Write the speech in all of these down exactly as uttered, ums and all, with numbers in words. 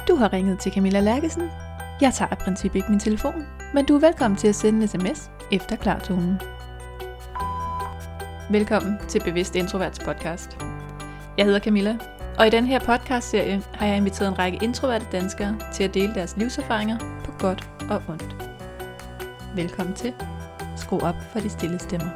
Du har ringet til Camilla Lærkesen. Jeg tager i princippet ikke min telefon, men du er velkommen til at sende en sms efter klartonen. Velkommen til Bevidst Introverts podcast. Jeg hedder Camilla, og i den her podcastserie har jeg inviteret en række introverte danskere til at dele deres livserfaringer på godt og ondt. Velkommen til. Skru op for de stille stemmer.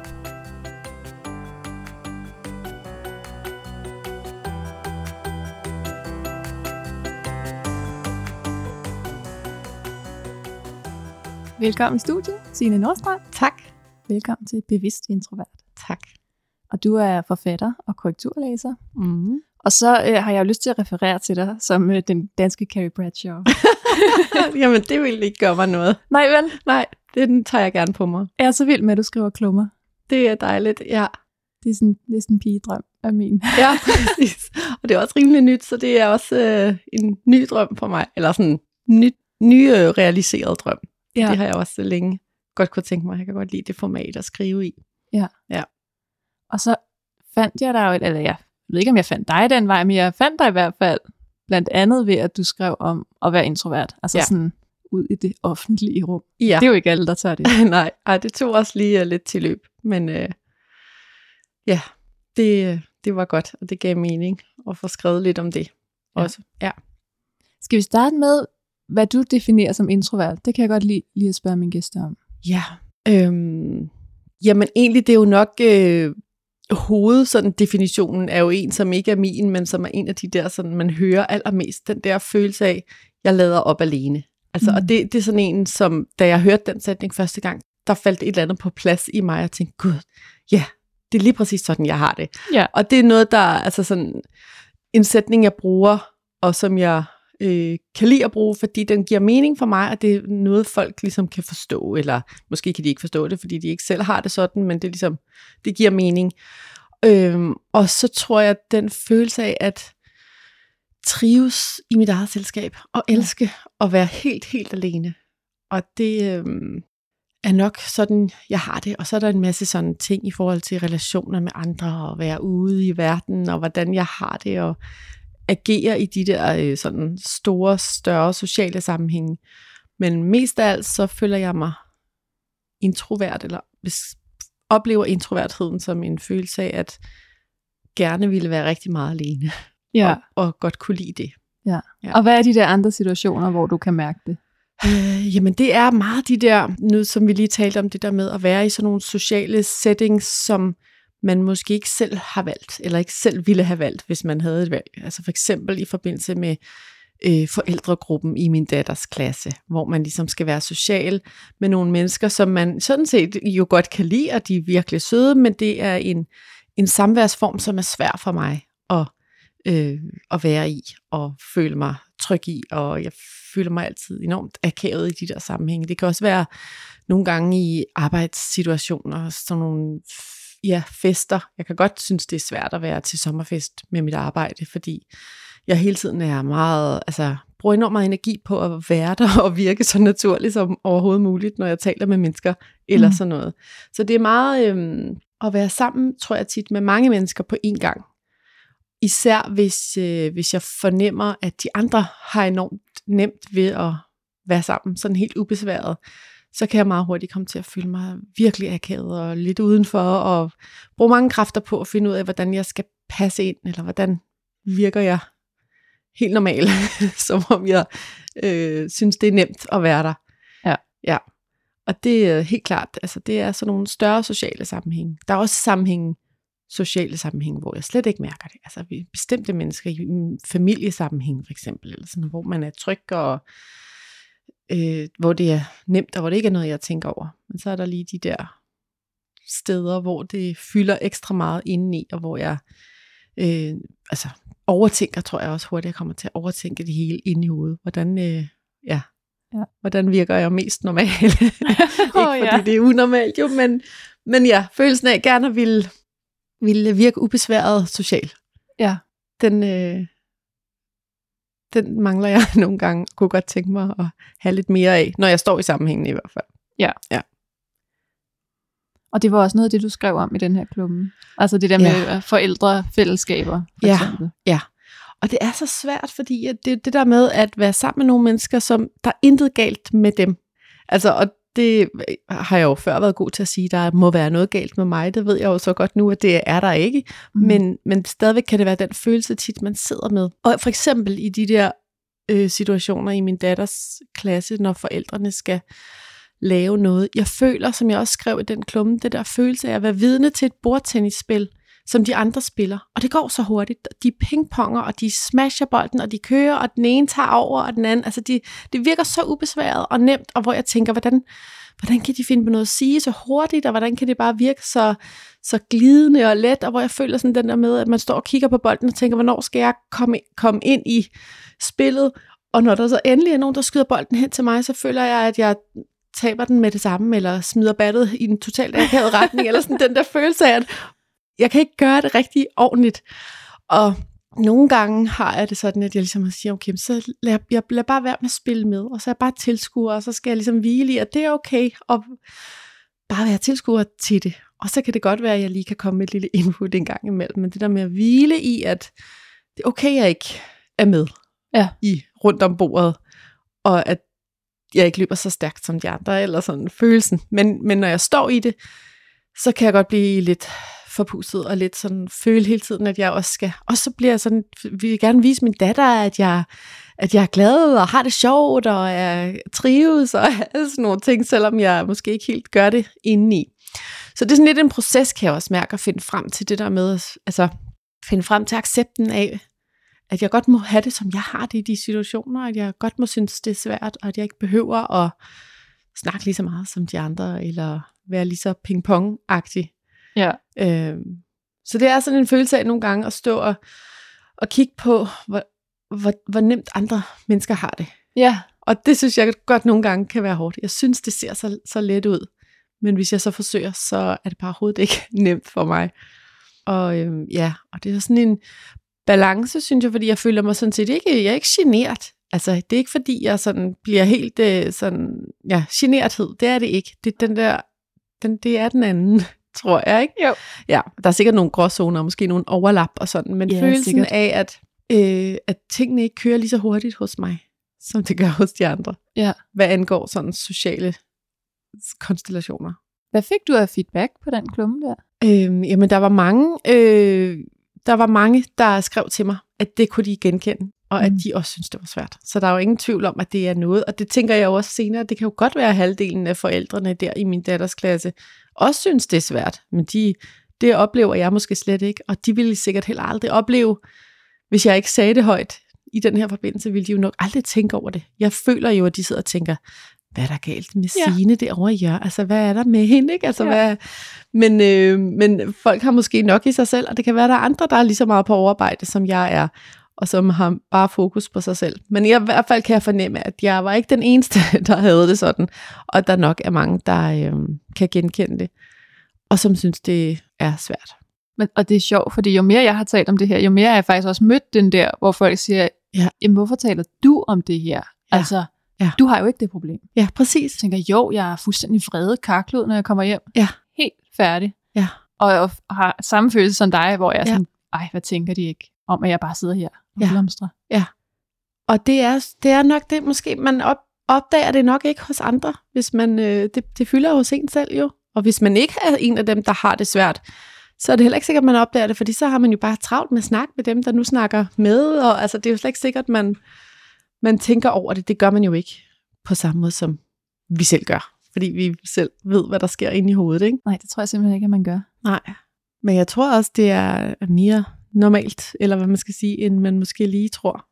Velkommen i studiet, Signe Nordstrand. Tak. Velkommen til Bevidst Introvert. Tak. Og du er forfatter og korrekturlæser. Mm. Og så øh, har jeg jo lyst til at referere til dig som øh, den danske Carrie Bradshaw. Jamen, det vil ikke gøre mig noget. Nej, vel? Nej, det den tager jeg gerne på mig. Jeg er så vild med, at du skriver klummer. Det er dejligt, ja. Det er sådan, det er sådan en pigedrøm af min. Ja, præcis. Og det er også rimelig nyt, så det er også øh, en ny drøm for mig. Eller sådan en ny, ny øh, realiseret drøm. Ja. Det har jeg også længe godt kunne tænke mig. Jeg kan godt lide det format at skrive i. Ja. Ja. Og så fandt jeg dig jo, eller jeg ved ikke, om jeg fandt dig den vej, men jeg fandt dig i hvert fald blandt andet ved, at du skrev om at være introvert. Altså ja. Sådan ud i det offentlige rum. Ja. Det er jo ikke alle, der tager det. Nej, ej, det tog også lige uh, lidt til løb. Men uh, ja, det, det var godt, og det gav mening at få skrevet lidt om det ja. Også. Ja. Skal vi starte med, hvad du definerer som introvert? Det kan jeg godt lide lige at spørge mine gæster om. Ja, øhm, jamen egentlig det er jo nok øh, hoved, sådan definitionen er jo en, som ikke er min, men som er en af de der, sådan man hører allermest, den der følelse af, jeg lader op alene. Altså, mm. Og det, det er sådan en, som da jeg hørte den sætning første gang, der faldt et eller andet på plads i mig, og jeg tænkte, gud, ja, det er lige præcis sådan, jeg har det. Ja. Og det er noget, der altså sådan en sætning, jeg bruger, og som jeg Øh, kan lide at bruge, fordi den giver mening for mig, og det er noget, folk ligesom kan forstå, eller måske kan de ikke forstå det, fordi de ikke selv har det sådan, men det, er ligesom, det giver mening. Øhm, og så tror jeg, at den følelse af at trives i mit eget selskab, og elske at være helt, helt alene. Og det øhm, er nok sådan, jeg har det. Og så er der en masse sådan ting i forhold til relationer med andre, og være ude i verden, og hvordan jeg har det, og agere i de der øh, sådan store, større sociale sammenhænge. Men mest af alt, så føler jeg mig introvert, eller oplever introvertheden som en følelse af, at gerne ville være rigtig meget alene. Ja. Og, og godt kunne lide det. Ja. Ja. Og hvad er de der andre situationer, hvor du kan mærke det? Øh, jamen det er meget de der, nu som vi lige talte om det der med at være i sådan nogle sociale settings, som man måske ikke selv har valgt, eller ikke selv ville have valgt, hvis man havde et valg. Altså for eksempel i forbindelse med øh, forældregruppen i min datters klasse, hvor man ligesom skal være social med nogle mennesker, som man sådan set jo godt kan lide, og de er virkelig søde, men det er en, en samværsform, som er svær for mig at, øh, at være i, og føle mig tryg i, og jeg føler mig altid enormt akavet i de der sammenhænge. Det kan også være nogle gange i arbejdssituationer, sådan nogle ja, fester. Jeg kan godt synes, det er svært at være til sommerfest med mit arbejde, fordi jeg hele tiden er meget, altså bruger enormt meget energi på at være der og virke så naturligt som overhovedet muligt, når jeg taler med mennesker eller mm. sådan noget. Så det er meget øhm, at være sammen, tror jeg tit, med mange mennesker på én gang. Især hvis, øh, hvis jeg fornemmer, at de andre har enormt nemt ved at være sammen, sådan helt ubesværet, så kan jeg meget hurtigt komme til at føle mig virkelig akavet og lidt udenfor, og bruge mange kræfter på at finde ud af, hvordan jeg skal passe ind, eller hvordan virker jeg helt normalt, som om jeg øh, synes, det er nemt at være der. Ja. Ja. Og det er helt klart, altså det er sådan nogle større sociale sammenhænge. Der er også sammenhænge, sociale sammenhænge, hvor jeg slet ikke mærker det. Altså vi bestemte mennesker i familiesammenhæng for eksempel, eller sådan, hvor man er tryg og Øh, hvor det er nemt, og hvor det ikke er noget, jeg tænker over. Men så er der lige de der steder, hvor det fylder ekstra meget indeni, og hvor jeg øh, altså overtænker, tror jeg også hurtigt, jeg kommer til at overtænke det hele inde i hovedet. Hvordan, øh, ja, ja. Hvordan virker jeg mest normal? Ikke oh, fordi ja. det er unormalt, jo, men, men ja, følelsen af, at jeg gerne vil, vil virke ubesværet social. Ja. Den... Øh, Den mangler jeg nogle gange, kunne godt tænke mig at have lidt mere af, når jeg står i sammenhængen i hvert fald. Ja. Ja. Og det var også noget af det, du skrev om i den her klubben. Altså det der med ja. forældrefællesskaber, for ja. eksempel. Ja, Og det er så svært, fordi at det, det der med at være sammen med nogle mennesker, som der er intet galt med dem. Altså, og det har jeg jo før været god til at sige, der må være noget galt med mig. Det ved jeg jo så godt nu, at det er der ikke. Mm. Men, men stadigvæk kan det være den følelse tit, man sidder med. Og for eksempel i de der øh, situationer i min datters klasse, når forældrene skal lave noget. Jeg føler, som jeg også skrev i den klumme, det der følelse af at være vidne til et bordtennisspil, som de andre spiller. Og det går så hurtigt. De pingponger, og de smasher bolden, og de kører, og den ene tager over, og den anden. Altså, de, det virker så ubesværet og nemt, og hvor jeg tænker, hvordan, hvordan kan de finde på noget at sige så hurtigt, og hvordan kan det bare virke så, så glidende og let, og hvor jeg føler sådan den der med, at man står og kigger på bolden og tænker, hvornår skal jeg komme, komme ind i spillet, og når der så endelig er nogen, der skyder bolden hen til mig, så føler jeg, at jeg taber den med det samme, eller smider battet i en totalt akavet retning, eller sådan den der følelse af, at jeg kan ikke gøre det rigtig ordentligt. Og nogle gange har jeg det sådan, at jeg ligesom siger, okay, så lad jeg lad bare være med at spille med, og så er jeg bare tilskuer, og så skal jeg ligesom hvile i, at det er okay, og bare være tilskuer til det. Og så kan det godt være, at jeg lige kan komme med et lille input en gang imellem, men det der med at hvile i, at det er okay, jeg ikke er med ja. i rundt om bordet, og at jeg ikke løber så stærkt som de andre, eller sådan følelsen. Men, men når jeg står i det, så kan jeg godt blive lidt forpustet, og lidt sådan føle hele tiden, at jeg også skal, og så bliver jeg sådan, vil jeg gerne vise min datter, at jeg, at jeg er glad, og har det sjovt, og jeg trives, og sådan nogle ting, selvom jeg måske ikke helt gør det indeni. Så det er sådan lidt en proces, kan jeg også mærke, at finde frem til det der med, altså finde frem til accepten af, at jeg godt må have det, som jeg har det i de situationer, at jeg godt må synes, det er svært, og at jeg ikke behøver at snakke lige så meget som de andre, eller være lige så ping-pong-agtig. Ja. Øhm, så det er sådan en følelse af nogle gange at stå og, og kigge på, hvor, hvor, hvor nemt andre mennesker har det. Ja. Og det synes jeg godt nogle gange kan være hårdt. Jeg synes, det ser så, så let ud. Men hvis jeg så forsøger, så er det bare overhovedet ikke nemt for mig. Og øhm, ja, og det er sådan en balance, synes jeg, fordi jeg føler mig sådan set ikke, jeg er ikke genert. Altså, det er ikke fordi, jeg sådan bliver helt øh, sådan, ja, generthed. Det er det ikke. Det er den der, den, det er den anden, tror jeg, ikke? Jo. Ja, der er sikkert nogle gråzoner, måske nogle overlap og sådan, men ja, følelsen sikkert. af, at, øh, at tingene ikke kører lige så hurtigt hos mig, som det gør hos de andre. Ja. Hvad angår sådan sociale konstellationer. Hvad fik du af feedback på den klumme der? Øhm, jamen, der var mange, øh, der var mange, der skrev til mig, at det kunne de genkende, og mm. at de også synes det var svært. Så der er jo ingen tvivl om, at det er noget, og det tænker jeg jo også senere, det kan jo godt være, at halvdelen af forældrene der i min datters klasse også synes, det er svært, men de, det oplever jeg måske slet ikke, og de ville sikkert heller aldrig opleve, hvis jeg ikke sagde det højt i den her forbindelse, ville de jo nok aldrig tænke over det. Jeg føler jo, at de sidder og tænker, hvad er der galt med ja. Signe derovre i hjørnet? Altså, hvad er der med hende? Ikke? Altså, ja. hvad... men, øh, men folk har måske nok i sig selv, og det kan være, der er andre, der er lige så meget på overarbejde, som jeg er, og som har bare fokus på sig selv. Men i hvert fald kan jeg fornemme, at jeg var ikke den eneste, der havde det sådan, og der nok er mange, der øh, kan genkende det, og som synes, det er svært. Men, og det er sjovt, fordi jo mere jeg har talt om det her, jo mere har jeg faktisk også mødt den der, hvor folk siger, ja. Jamen, hvorfor taler du om det her? Ja. Altså, ja. du har jo ikke det problem. Ja, præcis. Jeg tænker, jo, jeg er fuldstændig vredet karklud, når jeg kommer hjem. Ja. Helt færdig. Ja. Og jeg har samme følelse som dig, hvor jeg er ja. sådan, ej, hvad tænker de ikke om, at jeg bare sidder her og ja. blomstrer? Ja. Og det er, det er nok det, måske man op, opdager det nok ikke hos andre, hvis man, øh, det, det fylder hos en selv jo. Og hvis man ikke er en af dem, der har det svært, så er det heller ikke sikkert, at man opdager det, fordi så har man jo bare travlt med at snakke med dem, der nu snakker med, og altså, det er jo slet ikke sikkert, at man, man tænker over det. Det gør man jo ikke på samme måde, som vi selv gør, fordi vi selv ved, hvad der sker inde i hovedet, ikke? Nej, det tror jeg simpelthen ikke, at man gør. Nej, men jeg tror også, det er mere normalt, eller hvad man skal sige, end man måske lige tror.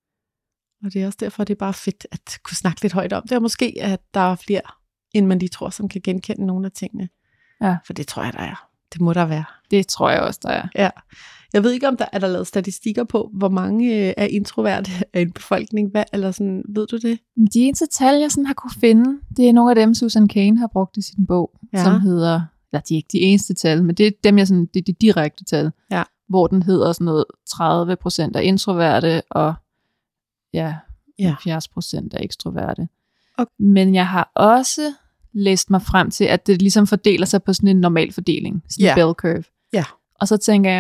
Og det er også derfor, det er bare fedt at kunne snakke lidt højt om det, og måske, at der er flere, end man lige tror, som kan genkende nogle af tingene. Ja. For det tror jeg, der er. Det må der være. Det tror jeg også, der er. Ja. Jeg ved ikke, om der er der lavet statistikker på, hvor mange øh, er introverte af en befolkning. Hvad, eller sådan, ved du det? De eneste tal, jeg sådan har kunne finde, det er nogle af dem, Susan Cain har brugt i sin bog, ja. Som hedder, ja, de er ikke de eneste tal, men det er dem, jeg sådan, det er de direkte tal, ja. Hvor den hedder sådan noget tredive procent er introverte, og ja, halvfjerds procent er ekstroverte. Okay. Men jeg har også læst mig frem til, at det ligesom fordeler sig på sådan en normal fordeling, sådan en yeah. bell curve. Yeah. Og så tænker jeg,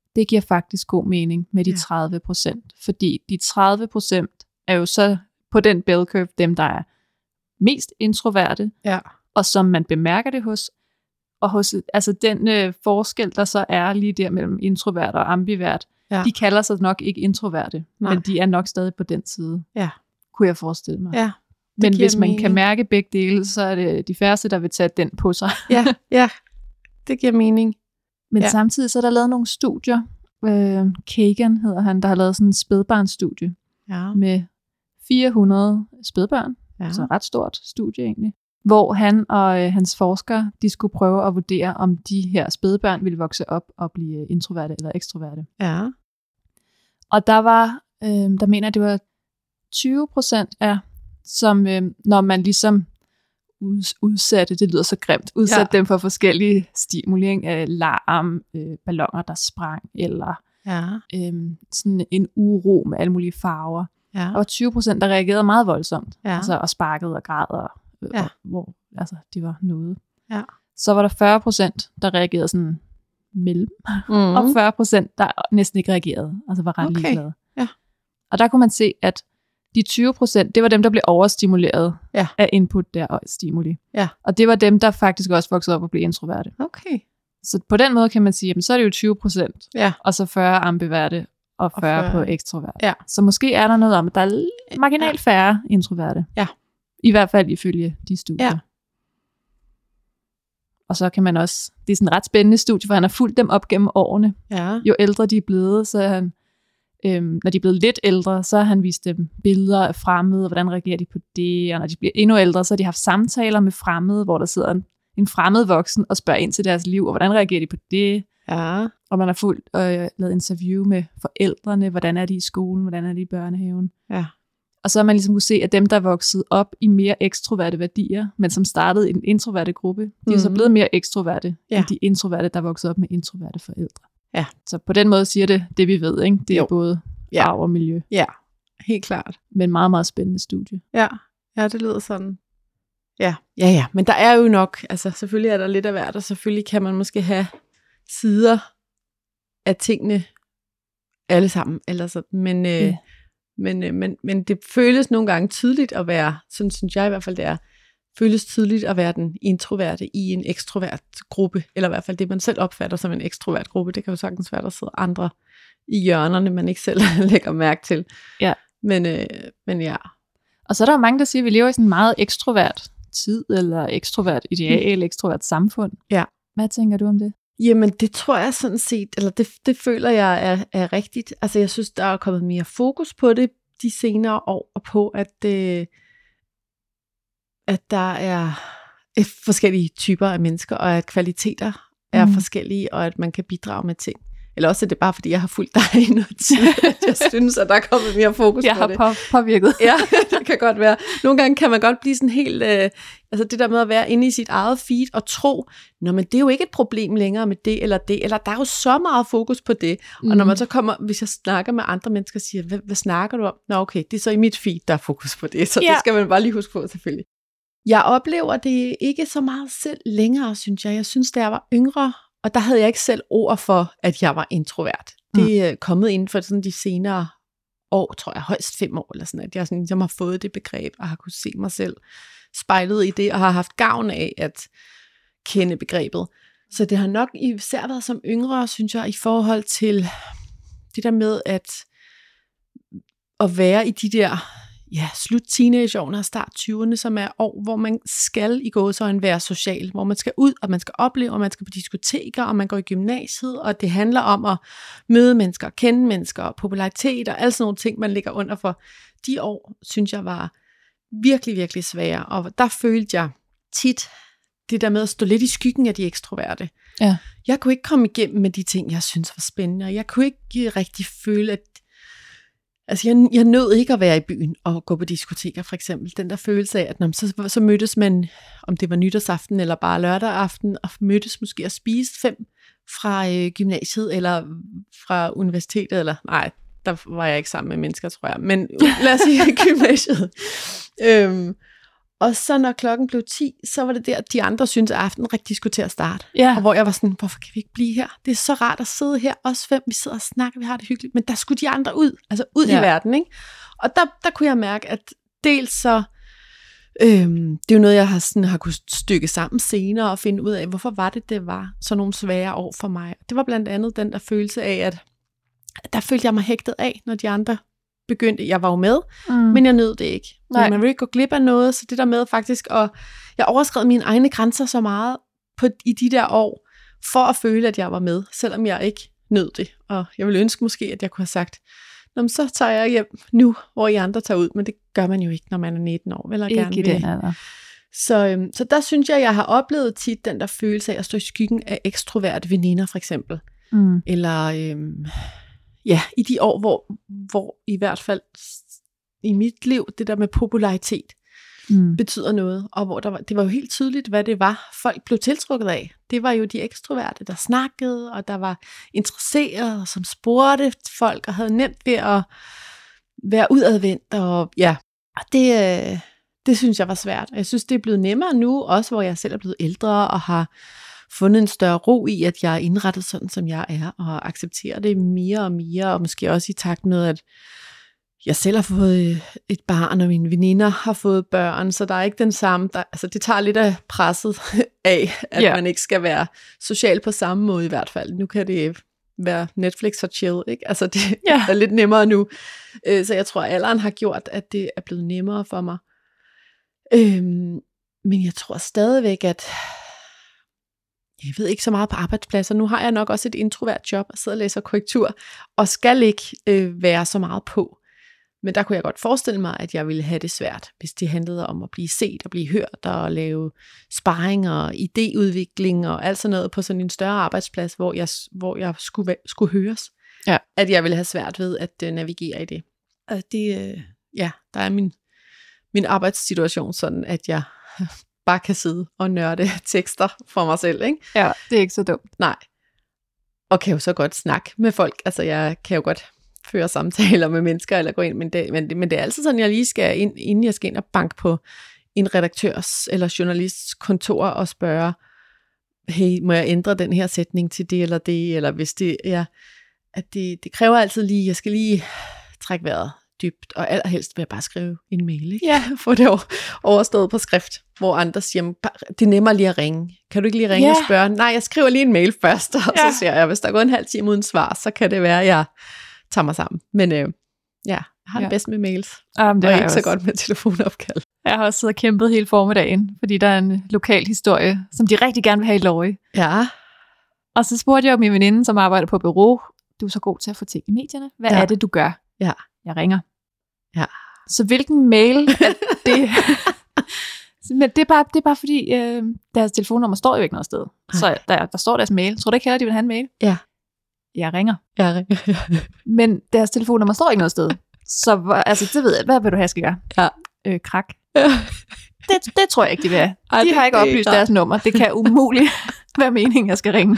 det giver faktisk god mening med de Ja. tredive procent. Fordi de tredive procent er jo så på den bell curve, dem der er mest introverte, Ja. og som man bemærker det hos, og hos altså den øh, forskel, der så er lige der mellem introvert og ambivert, Ja. de kalder sig nok ikke introverte, Nej. men de er nok stadig på den side, Ja. kunne jeg forestille mig. Ja. Men giver hvis man mening. kan mærke begge dele, så er det de færreste, der vil tage den på sig. Ja, ja. Det giver mening. Men Ja. samtidig så er der lavet nogle studier. Øh, Kagan hedder han, der har lavet sådan en spædbarnsstudie Ja. med fire hundrede spædbørn. Ja. Altså et ret stort studie egentlig. Hvor han og øh, hans forskere, de skulle prøve at vurdere, om de her spædbørn ville vokse op og blive introverte eller ekstroverte. Ja. Og der var, øh, der mener jeg, det var tyve procent af, som øh, når man ligesom ud, udsatte, det lyder så grimt, udsatte Ja. dem for forskellige stimuli, ikke? Øh, larm, øh, balloner, der sprang, eller Ja. øh, sådan en uro med alle mulige farver. Ja. Der var tyve procent, der reagerede meget voldsomt, Ja. altså, og sparkede og græd, og, Ja. og, hvor altså, de var noget. Ja. Så var der fyrre procent, der reagerede sådan mellem, Mm. og fyrre procent, der næsten ikke reagerede, altså var ret Okay. ligeglade. Ja. Og der kunne man se, at de tyve procent, det var dem, der blev overstimuleret Ja. af input der og stimuli. Ja. Og det var dem, der faktisk også voksede op og blev introverte. Okay. Så på den måde kan man sige, jamen, så er det jo tyve procent, Ja. og så fyrre ambiverte og fyrre, Og fyrre på ekstroverte. Ja. Så måske er der noget om, at der er marginalt færre introverte. Ja. I hvert fald ifølge de studier. Ja. Og så kan man også, det er sådan en ret spændende studie, for han har fulgt dem op gennem årene. Ja. Jo ældre de er blevet, så er han, øhm, når de er blevet lidt ældre, så har han vist dem billeder af fremmede, og hvordan reagerer de på det, og når de bliver endnu ældre, så har de haft samtaler med fremmede, hvor der sidder en, en fremmed voksen og spørger ind til deres liv, og hvordan reagerer de på det, Ja. og man har fulgt og øh, lavet interview med forældrene, hvordan er de i skolen, hvordan er de i børnehaven. Ja. Og så har man ligesom kunne se, at dem, der er vokset op i mere ekstroverte værdier, men som startede i en introverte gruppe, de er Mhm. så blevet mere ekstroverte, Ja. end de introverte, der er vokset op med introverte forældre. Ja. Så på den måde siger det, det vi ved, ikke? Det er Jo. både Ja. arv og miljø, Ja. Helt klart. men meget, meget spændende studie. Ja. Ja, det lyder sådan. Ja. Ja, ja. Men der er jo nok, altså selvfølgelig er der lidt af hvert, og selvfølgelig kan man måske have sider af tingene alle sammen, eller sådan. Men, øh, Ja. men, øh, men, men det føles nogle gange tydeligt at være, sådan synes jeg i hvert fald det er, føles tydeligt at være den introverte i en ekstrovert gruppe, eller i hvert fald det, man selv opfatter som en ekstrovert gruppe. Det kan jo sagtens være, der sidder andre i hjørnerne, man ikke selv lægger mærke til. Ja. Men, øh, men ja. Og så er der jo mange, der siger, at vi lever i sådan en meget ekstrovert tid, eller ekstrovert ideal, ekstrovert samfund. Ja. Hvad tænker du om det? Jamen, det tror jeg sådan set, eller det, det føler jeg er, er rigtigt. Altså, jeg synes, der er kommet mere fokus på det de senere år, og på, at, øh, at der er et forskellige typer af mennesker, og at kvaliteter er Mhm. forskellige, og at man kan bidrage med ting. Eller også er det bare, fordi jeg har fulgt dig i noget tid, at jeg synes, at der er kommet mere fokus Jeg på har det. på, påvirket. Ja, det kan godt være. Nogle gange kan man godt blive sådan helt, øh, altså det der med at være inde i sit eget feed og tro, nå, men det er jo ikke et problem længere med det eller det, eller der er jo så meget fokus på det. Mm. Og når man så kommer, hvis jeg snakker med andre mennesker og siger, hvad, hvad snakker du om? Nå okay, det er så i mit feed, der er fokus på det, så ja. Det skal man bare lige huske på selvfølgelig. Jeg oplever det ikke så meget selv længere, synes jeg. Jeg synes, da jeg var yngre, og der havde jeg ikke selv ord for, at jeg var introvert. Det er kommet inden for sådan de senere år, tror jeg, højst fem år, eller sådan, at jeg sådan, ligesom har fået det begreb, og har kunne se mig selv spejlet i det, og har haft gavn af at kende begrebet. Så det har nok især været som yngre, synes jeg, i forhold til det der med at, at være i de der ja, slut teenageårene og start tyverne, som er år, hvor man skal i gåseøjne være social, hvor man skal ud, og man skal opleve, og man skal på diskoteker, og man går i gymnasiet, og det handler om at møde mennesker, kende mennesker, og popularitet, og alle sådan nogle ting, man ligger under for. De år, synes jeg, var virkelig, virkelig svære, og der følte jeg tit det der med at stå lidt i skyggen af de ekstroverte. Ja. Jeg kunne ikke komme igennem med de ting, jeg synes var spændende, og jeg kunne ikke rigtig føle, at Altså, jeg, jeg nød ikke at være i byen og gå på diskoteker, for eksempel. Den der følelse af, at når, så, så mødtes man, om det var nytårsaften eller bare lørdag aften, og mødtes måske og spiste fem fra øh, gymnasiet eller fra universitetet, eller nej, der var jeg ikke sammen med mennesker, tror jeg, men lad os sige gymnasiet. øhm, Og så når klokken blev ti, så var det der, de andre syntes, at aftenen rigtig skulle til at starte. Ja. Og hvor jeg var sådan, hvorfor kan vi ikke blive her? Det er så rart at sidde her, os fem, vi sidder og snakker, vi har det hyggeligt. Men der skulle de andre ud, altså ud ja. i verden, ikke? Og der, der kunne jeg mærke, at dels så, øhm, det er jo noget, jeg har, sådan, har kunnet stykke sammen senere og finde ud af, hvorfor var det, det var sådan nogle svære år for mig. Det var blandt andet den der følelse af, at der følte jeg mig hægtet af, når de andre begyndte. Jeg var jo med, mm. men jeg nød det ikke. Men man vil ikke gå glip af noget, så det der med faktisk, og jeg overskred mine egne grænser så meget på, i de der år, for at føle, at jeg var med, selvom jeg ikke nød det. Og jeg ville ønske måske, at jeg kunne have sagt, nå, så tager jeg hjem nu, hvor I andre tager ud, men det gør man jo ikke, når man er nitten år, eller gerne vil. Den alder. Så, øhm, så der synes jeg, jeg har oplevet tit den der følelse af at stå i skyggen af ekstroverte veninder, for eksempel. Mm. Eller øhm, ja, i de år, hvor, hvor i hvert fald i mit liv, det der med popularitet mm. betyder noget, og hvor der var, det var jo helt tydeligt, hvad det var, folk blev tiltrukket af. Det var jo de ekstroverte, der snakkede, og der var interesserede, som spurgte folk, og havde nemt ved at være udadvendt, og ja, og det, øh, det synes jeg var svært. Jeg synes, det er blevet nemmere nu, også hvor jeg selv er blevet ældre, og har fundet en større ro i, at jeg er indrettet sådan, som jeg er, og accepterer det mere og mere, og måske også i takt med, at jeg selv har fået et barn, og mine veninder har fået børn, så der er ikke den samme, der, altså det tager lidt af presset af, at yeah. man ikke skal være social på samme måde i hvert fald. Nu kan det være Netflix og chill, ikke? Altså det yeah. er lidt nemmere nu. Så jeg tror, at alderen har gjort, at det er blevet nemmere for mig. Men jeg tror stadigvæk, at jeg ved ikke så meget på arbejdspladser. Nu har jeg nok også et introvert job, og sidder og læser korrektur, og skal ikke øh, være så meget på. Men der kunne jeg godt forestille mig, at jeg ville have det svært, hvis det handlede om at blive set og blive hørt, og lave sparring og idéudvikling og alt sådan noget på sådan en større arbejdsplads, hvor jeg, hvor jeg skulle, skulle høres. Ja. At jeg ville have svært ved at uh, navigere i det. Og det, uh, ja, der er min, min arbejdssituation sådan, at jeg bare kan sidde og nørde tekster for mig selv, ikke? Ja, det er ikke så dumt. Nej. Og kan jo så godt snakke med folk. Altså, jeg kan jo godt føre samtaler med mennesker, eller gå ind, men det, men, det, men det er altid sådan, jeg lige skal ind, inden jeg skal ind og banke på en redaktørs eller journalists kontor og spørge, hey, må jeg ændre den her sætning til det eller det, eller hvis det er, at det, det kræver altid lige, jeg skal lige trække vejret dybt, og allerhelst vil jeg bare skrive en mail, ikke? Ja. Få det overstået på skrift, hvor andre siger, det er nemmere lige at ringe. Kan du ikke lige ringe ja. og spørge? Nej, jeg skriver lige en mail først, og ja. så siger jeg, hvis der går en halv time uden svar, så kan det være, at jeg tager mig sammen. Men øh, ja, jeg har ja. det bedst med mails, um, det og er ikke også så godt med telefonopkald. Jeg har også siddet og kæmpet hele formiddagen, fordi der er en lokal historie, som de rigtig gerne vil have i Lorge. Ja. Og så spurgte jeg jo min veninde, som arbejder på bureau, du er så god til at få ting i medierne. Hvad ja. er det, du gør? Ja. Jeg ringer. Ja. Så hvilken mail er det? Men det er bare, det er bare fordi, øh, deres telefonnummer står jo ikke noget sted. Okay. Så der, der står deres mail. Tror du ikke heller, de vil have en mail? Ja. Jeg ringer. Jeg ringer. Men deres telefonnummer står ikke noget sted. Så altså, det ved jeg. Hvad vil du have, jeg skal gøre? Ja. Øh, krak. Det, det tror jeg ikke, de vil have. Ej, de det, har ikke oplyst det, deres nummer. Det kan umuligt være meningen, jeg skal ringe.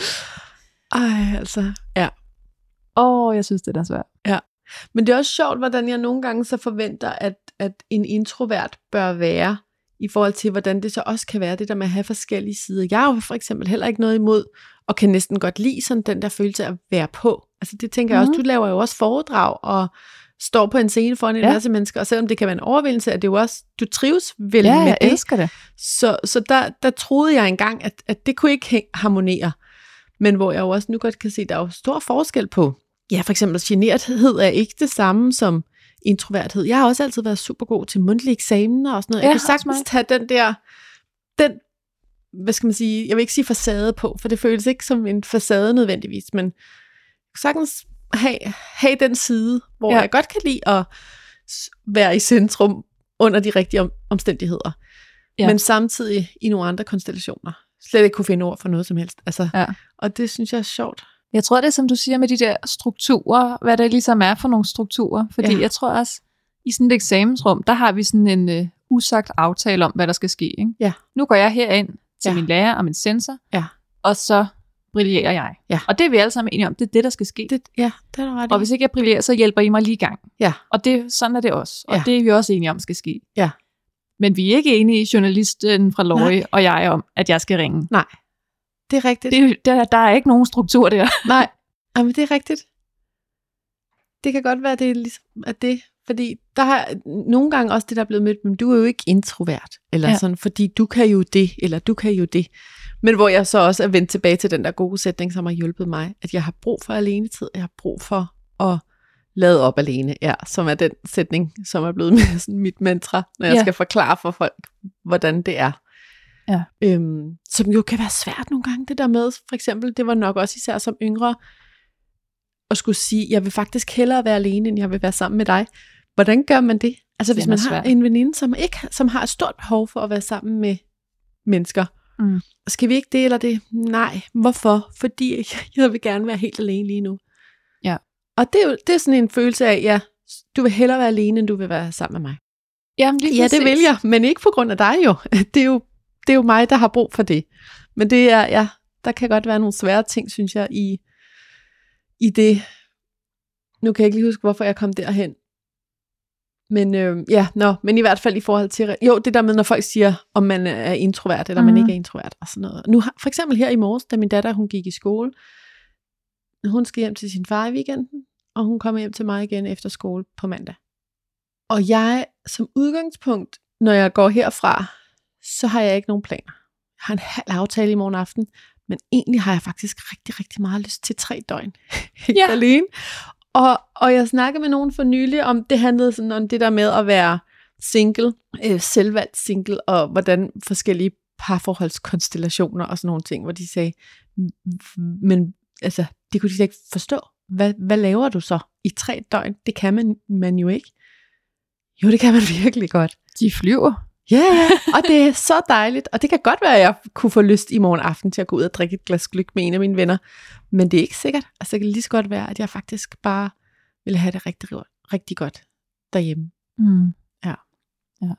Ej, altså. Ja. Åh, oh, jeg synes, det er svært. Ja. Men det er også sjovt, hvordan jeg nogle gange så forventer, at, at en introvert bør være, i forhold til, hvordan det så også kan være, det der med at have forskellige sider. Jeg har jo for eksempel heller ikke noget imod, og kan næsten godt lide sådan den der følelse af at være på. Altså det tænker mm-hmm. jeg også, du laver jo også foredrag, og står på en scene foran en ja. masse mennesker, og selvom det kan være en overvindelse, at det jo også, du trives vel ja, med jeg det. elsker det. Så, så der, der troede jeg engang, at, at det kunne ikke harmonere. Men hvor jeg jo også nu godt kan se, at der er jo stor forskel på, ja, for eksempel generthed er ikke det samme som introverthed. Jeg har også altid været super god til mundtlige eksamener og sådan noget. Jeg ja, kan sagtens tage den der, den, hvad skal man sige, jeg vil ikke sige facade på, for det føles ikke som en facade nødvendigvis, men jeg kan sagtens have, have den side, hvor ja. jeg godt kan lide at være i centrum under de rigtige om, omstændigheder. Ja. Men samtidig i nogle andre konstellationer. Slet ikke kunne finde ord for noget som helst. Altså, ja. Og det synes jeg er sjovt. Jeg tror, det er som du siger med de der strukturer, hvad det ligesom er for nogle strukturer. Fordi ja. jeg tror også, i sådan et eksamensrum, der har vi sådan en uh, usagt aftale om, hvad der skal ske. Ikke? Ja. Nu går jeg herind til ja. min lærer og min sensor, ja. og så brillerer jeg. Ja. Og det er vi alle sammen enige om, det er det, der skal ske. Det, ja, det er der ret i. Og hvis ikke jeg brillerer, så hjælper I mig lige i gang. Ja. Og det, sådan er det også. Og ja. det er vi også enige om, skal ske. Ja. Men vi er ikke enige, journalisten fra Lorry Nej. og jeg, om, at jeg skal ringe. Nej, det er rigtigt. Det, der, der er ikke nogen struktur der. Nej, jamen det er rigtigt. Det kan godt være, det er ligesom, at det, fordi der har nogle gange også det, der er blevet mødt, men du er jo ikke introvert, eller ja. sådan, fordi du kan jo det, eller du kan jo det. Men hvor jeg så også er vendt tilbage til den der gode sætning, som har hjulpet mig, at jeg har brug for alenetid, jeg har brug for at lade op alene, ja, som er den sætning, som er blevet med sådan mit mantra, når jeg ja. skal forklare for folk, hvordan det er. Ja. Øhm, som jo kan være svært nogle gange, det der med, for eksempel, det var nok også især som yngre, at skulle sige, jeg vil faktisk hellere være alene, end jeg vil være sammen med dig. Hvordan gør man det? Altså hvis man har svært. en veninde, som, ikke, som har et stort behov for at være sammen med mennesker, mm. skal vi ikke det eller det? Nej. Hvorfor? Fordi jeg vil gerne være helt alene lige nu. Ja. Og det er jo det er sådan en følelse af, ja, du vil hellere være alene, end du vil være sammen med mig. Jamen, lige ja, det vil jeg, men ikke på grund af dig jo. Det er jo, det er jo mig, der har brug for det. Men det er, ja, der kan godt være nogle svære ting, synes jeg, i, i det. Nu kan jeg ikke lige huske, hvorfor jeg kom derhen. Men øh, ja, nå, men i hvert fald i forhold til, jo, det der med, når folk siger, om man er introvert, eller mm-hmm. man ikke er introvert, og sådan noget. Nu, for eksempel her i morges, da min datter, hun gik i skole, hun skal hjem til sin far i weekenden, og hun kommer hjem til mig igen efter skole på mandag. Og jeg, som udgangspunkt, når jeg går herfra, så har jeg ikke nogen planer. Jeg har en halv aftale i morgen aften, men egentlig har jeg faktisk rigtig, rigtig meget lyst til tre døgn. Helt ja. alene. Og, og jeg snakkede med nogen for nylig om, det handlede sådan om det der med at være single, øh, selvvalgt single, og hvordan forskellige parforholdskonstellationer og sådan nogle ting, hvor de sagde, men altså, det kunne de slet ikke forstå. Hvad, hvad laver du så i tre døgn? Det kan man, man jo ikke. Jo, det kan man virkelig godt. De flyver. Ja, ja, og det er så dejligt, og det kan godt være, at jeg kunne få lyst i morgen aften til at gå ud og drikke et glas gløgg med en af mine venner, men det er ikke sikkert. Altså det kan lige så godt være, at jeg faktisk bare ville have det rigtig, rigtig godt derhjemme. Mm. Ja. ja.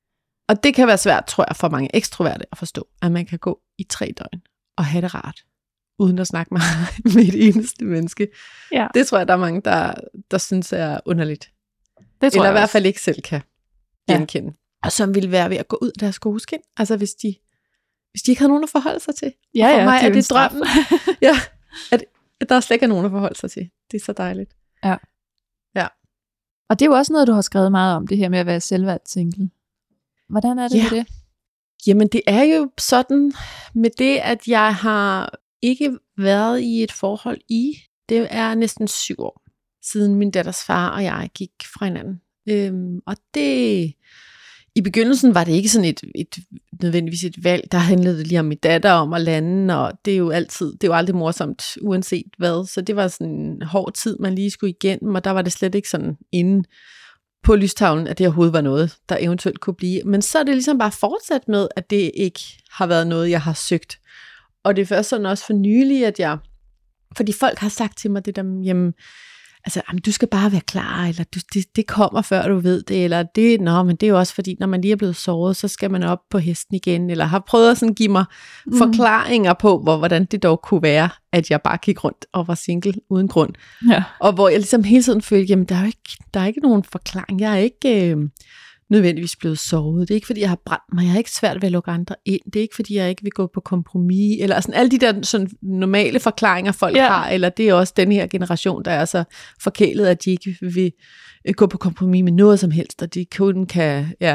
Og det kan være svært, tror jeg, for mange ekstroverte at forstå, at man kan gå i tre døgn og have det rart, uden at snakke med, med et eneste menneske. Ja. Det tror jeg, der er mange, der, der synes er underligt. Det tror Eller jeg i hvert også. fald ikke selv kan genkende. Ja. Og som ville være ved at gå ud af deres gode skin. Altså hvis de, hvis de ikke havde nogen at forholde sig til. Ja, og for ja, mig det er er det drømmen. ja, at, at der slet ikke er nogen at forholde sig til. Det er så dejligt. Ja. Ja. Og det er jo også noget, du har skrevet meget om, det her med at være selvvalgt single. Hvordan er det ja. med det? Jamen det er jo sådan med det, at jeg har ikke været i et forhold i, det er næsten syv år, siden min datters far og jeg gik fra hinanden. Øhm, og det, i begyndelsen var det ikke sådan et, et nødvendigvis et valg, der handlede det lige om min datter, om at lande, og det er jo altid, det er jo aldrig morsomt, uanset hvad, så det var sådan en hård tid, man lige skulle igennem, og der var det slet ikke sådan inde på lystavlen, at det overhovedet var noget, der eventuelt kunne blive, men så er det ligesom bare fortsat med, at det ikke har været noget, jeg har søgt, og det er først sådan også for nylig, at jeg, fordi folk har sagt til mig det der, jamen, altså, jamen, du skal bare være klar, eller du, det, det kommer før du ved det, eller det, nå, men det er jo også fordi, når man lige er blevet såret, så skal man op på hesten igen, eller har prøvet at sådan give mig mm. forklaringer på, hvor, hvordan det dog kunne være, at jeg bare gik rundt og var single uden grund. Ja. Og hvor jeg ligesom hele tiden følte, jamen, der er jo ikke, der er ikke nogen forklaring, jeg er ikke øh, nødvendigvis blevet såret, det er ikke fordi, jeg har brændt mig, jeg har ikke svært ved at lukke andre ind, det er ikke fordi, jeg ikke vil gå på kompromis, eller sådan alle de der sådan normale forklaringer, folk ja. har, eller det er også den her generation, der er så forkælet, at de ikke vil gå på kompromis med noget som helst, og de kun kan, ja.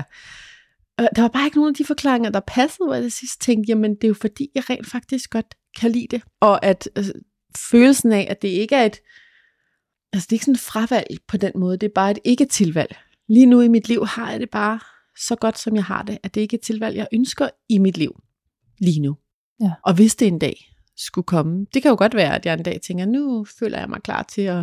Der var bare ikke nogen af de forklaringer, der passede, hvor jeg sidst tænkte, jamen det er jo fordi, jeg rent faktisk godt kan lide det, og at øh, følelsen af, at det ikke er et, altså det er ikke sådan et fravalg på den måde, det er bare et ikke-tilvalg. Lige nu i mit liv har jeg det bare så godt, som jeg har det, at det ikke er et tilvalg, jeg ønsker i mit liv lige nu. Ja. Og hvis det en dag skulle komme, det kan jo godt være, at jeg en dag tænker, nu føler jeg mig klar til at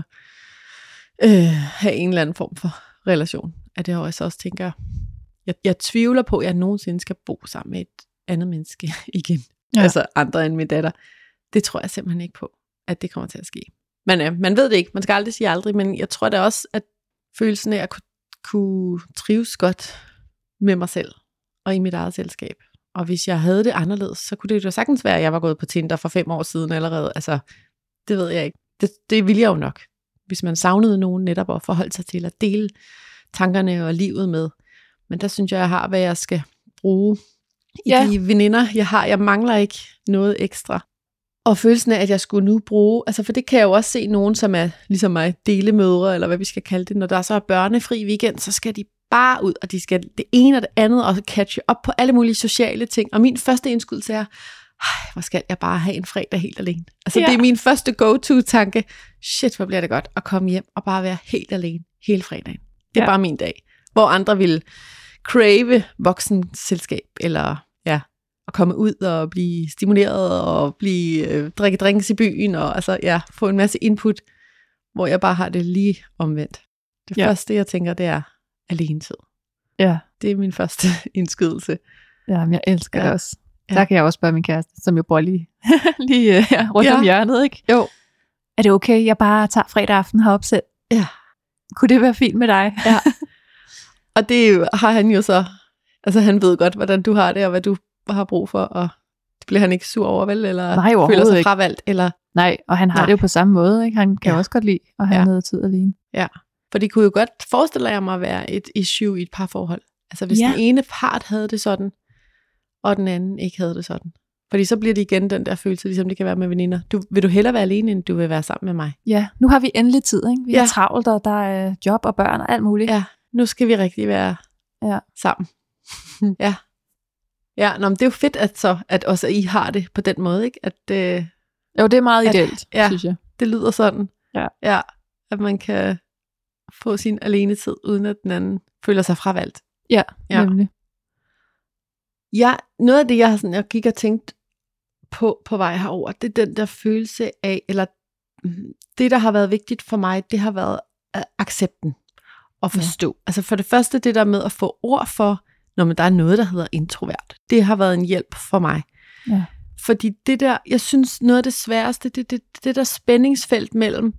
øh, have en eller anden form for relation. At det også også tænker, jeg, jeg tvivler på, at jeg nogensinde skal bo sammen med et andet menneske igen. Ja. Altså andre end min datter. Det tror jeg simpelthen ikke på, at det kommer til at ske. Men øh, man ved det ikke, man skal aldrig sige aldrig, men jeg tror da også, at følelsen af at kunne kunne trives godt med mig selv og i mit eget selskab. Og hvis jeg havde det anderledes, så kunne det jo sagtens være, at jeg var gået på Tinder for fem år siden allerede. Altså, det ved jeg ikke. Det, det ville jeg jo nok. Hvis man savnede nogen netop at forholde sig til at dele tankerne og livet med. Men der synes jeg, jeg har, hvad jeg skal bruge i Ja. de veninder, jeg har. Jeg mangler ikke noget ekstra. Og følelsen af, at jeg skulle nu bruge, altså for det kan jeg jo også se nogen, som er ligesom mig, delemødre, eller hvad vi skal kalde det. Når der så er børnefri weekend, så skal de bare ud, og de skal det ene og det andet, og catche op på alle mulige sociale ting. Og min første indskydelse er, hvor skal jeg bare have en fredag helt alene? Altså Ja. det er min første go-to-tanke. Shit, hvor bliver det godt at komme hjem og bare være helt alene hele fredagen. Det er Ja. bare min dag. Hvor andre vil crave voksenselskab, eller ja, at komme ud og blive stimuleret, og blive, øh, drikke drinks i byen, og altså ja, få en masse input, hvor jeg bare har det lige omvendt. Det Ja. første, jeg tænker, det er alenetid. Ja, Det er min første indskydelse. ja men jeg elsker Ja. det også. Ja. Der kan jeg også spørge min kæreste, som jo bor lige, lige øh, ja, rundt Ja. om hjørnet, ikke? Jo. Er det okay, jeg bare tager fredag aften herop selv? Ja. Kunne det være fint med dig? Ja. Og det er jo- har han jo så, altså han ved godt, hvordan du har det, og hvad du har brug for, og det bliver han ikke sur over, vel? Eller Nej, føler overhovedet sig ikke. fravalgt, eller Nej, og han har Nej. det jo på samme måde, ikke? Han kan Ja. ja. også godt lide at have Ja. ja. noget tid alene. ja. For det kunne jo godt forestille jeg mig at være et issue i et parforhold. Altså hvis Ja. den ene part havde det sådan, og den anden ikke havde det sådan. Fordi så bliver det igen den der følelse, ligesom det kan være med veninder. Du, vil du hellere være alene, end du vil være sammen med mig? Ja, nu har vi endelig tid, ikke? Vi Ja. er travlt, og der er job og børn og alt muligt. Ja, nu skal vi rigtig være Ja. sammen. ja. Ja, nå, men det er jo fedt, at, så, at også I har det på den måde, ikke? At øh, Jo, det er meget At- ideelt, ja. synes jeg. det lyder sådan. Ja. Ja, at man kan få sin alenetid, uden at den anden føler sig fravalgt. Ja, Ja. ja. nemlig. Ja, noget af det, jeg, har sådan, jeg gik og tænkte på på vej herover, det er den der følelse af, eller mm, det, der har været vigtigt for mig, det har været uh, accepten og forstå. Ja. Altså for det første, det der med at få ord for, når man der er noget, der hedder introvert. Det har været en hjælp for mig. Ja. Fordi det der, jeg synes, noget af det sværeste, det er det, det der spændingsfelt mellem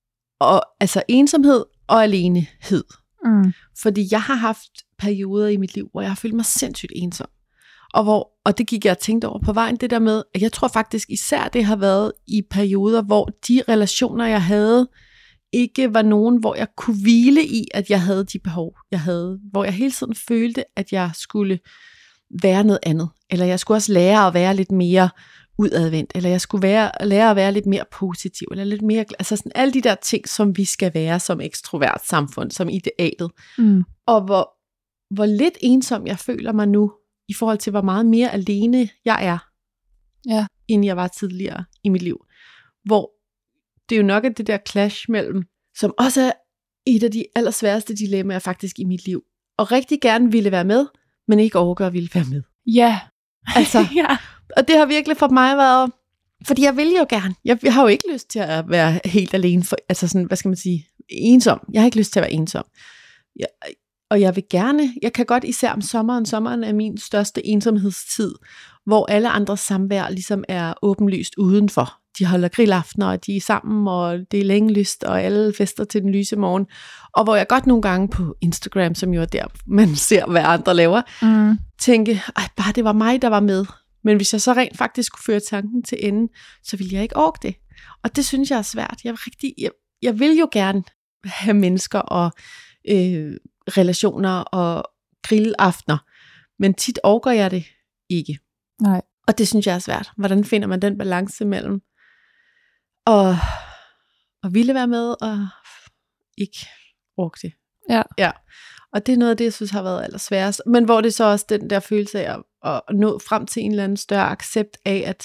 og, altså ensomhed og alenehed. Mm. Fordi jeg har haft perioder i mit liv, hvor jeg har følt mig sindssygt ensom. Og, hvor, og det gik jeg og tænkte over på vejen, det der med, at jeg tror faktisk især, det har været i perioder, hvor de relationer, jeg havde, ikke var nogen, hvor jeg kunne hvile i, at jeg havde de behov, jeg havde. Hvor jeg hele tiden følte, at jeg skulle være noget andet. Eller jeg skulle også lære at være lidt mere udadvendt. Eller jeg skulle være, lære at være lidt mere positiv. Eller lidt mere, altså sådan alle de der ting, som vi skal være som ekstrovert samfund, som idealet. Mm. Og hvor, hvor lidt ensom jeg føler mig nu, i forhold til hvor meget mere alene jeg er, Ja. end jeg var tidligere i mit liv. Hvor det er jo nok af det der clash mellem, som også er et af de allersværeste dilemmaer faktisk i mit liv. Og rigtig gerne ville være med, men ikke overgøre at ville være med. Ja. Altså, ja. og det har virkelig for mig været, fordi jeg vil jo gerne. Jeg, jeg har jo ikke lyst til at være helt alene, for, altså sådan, hvad skal man sige, ensom. Jeg har ikke lyst til at være ensom. Jeg, og jeg vil gerne, jeg kan godt især om sommeren, sommeren er min største ensomhedstid, hvor alle andres samvær ligesom er åbenlyst udenfor. De holder grillaftener, og de er sammen, og det er længe lyst, og alle fester til den lyse morgen. Og hvor jeg godt nogle gange på Instagram, som jo er der, man ser, hvad andre laver, Mm. tænke, ej, bare det var mig, der var med. Men hvis jeg så rent faktisk skulle føre tanken til enden, så ville jeg ikke orke det. Og det synes jeg er svært. Jeg, rigtig, jeg, jeg vil jo gerne have mennesker og øh, relationer og grillaftener, men tit orker jeg det ikke. Nej. Og det synes jeg er svært. Hvordan finder man den balance mellem at, at ville være med og ikke orke det? Ja. Ja. Og det er noget af det, jeg synes har været allersværest. Men hvor det så også den der følelse af at, at nå frem til en eller anden større accept af, at,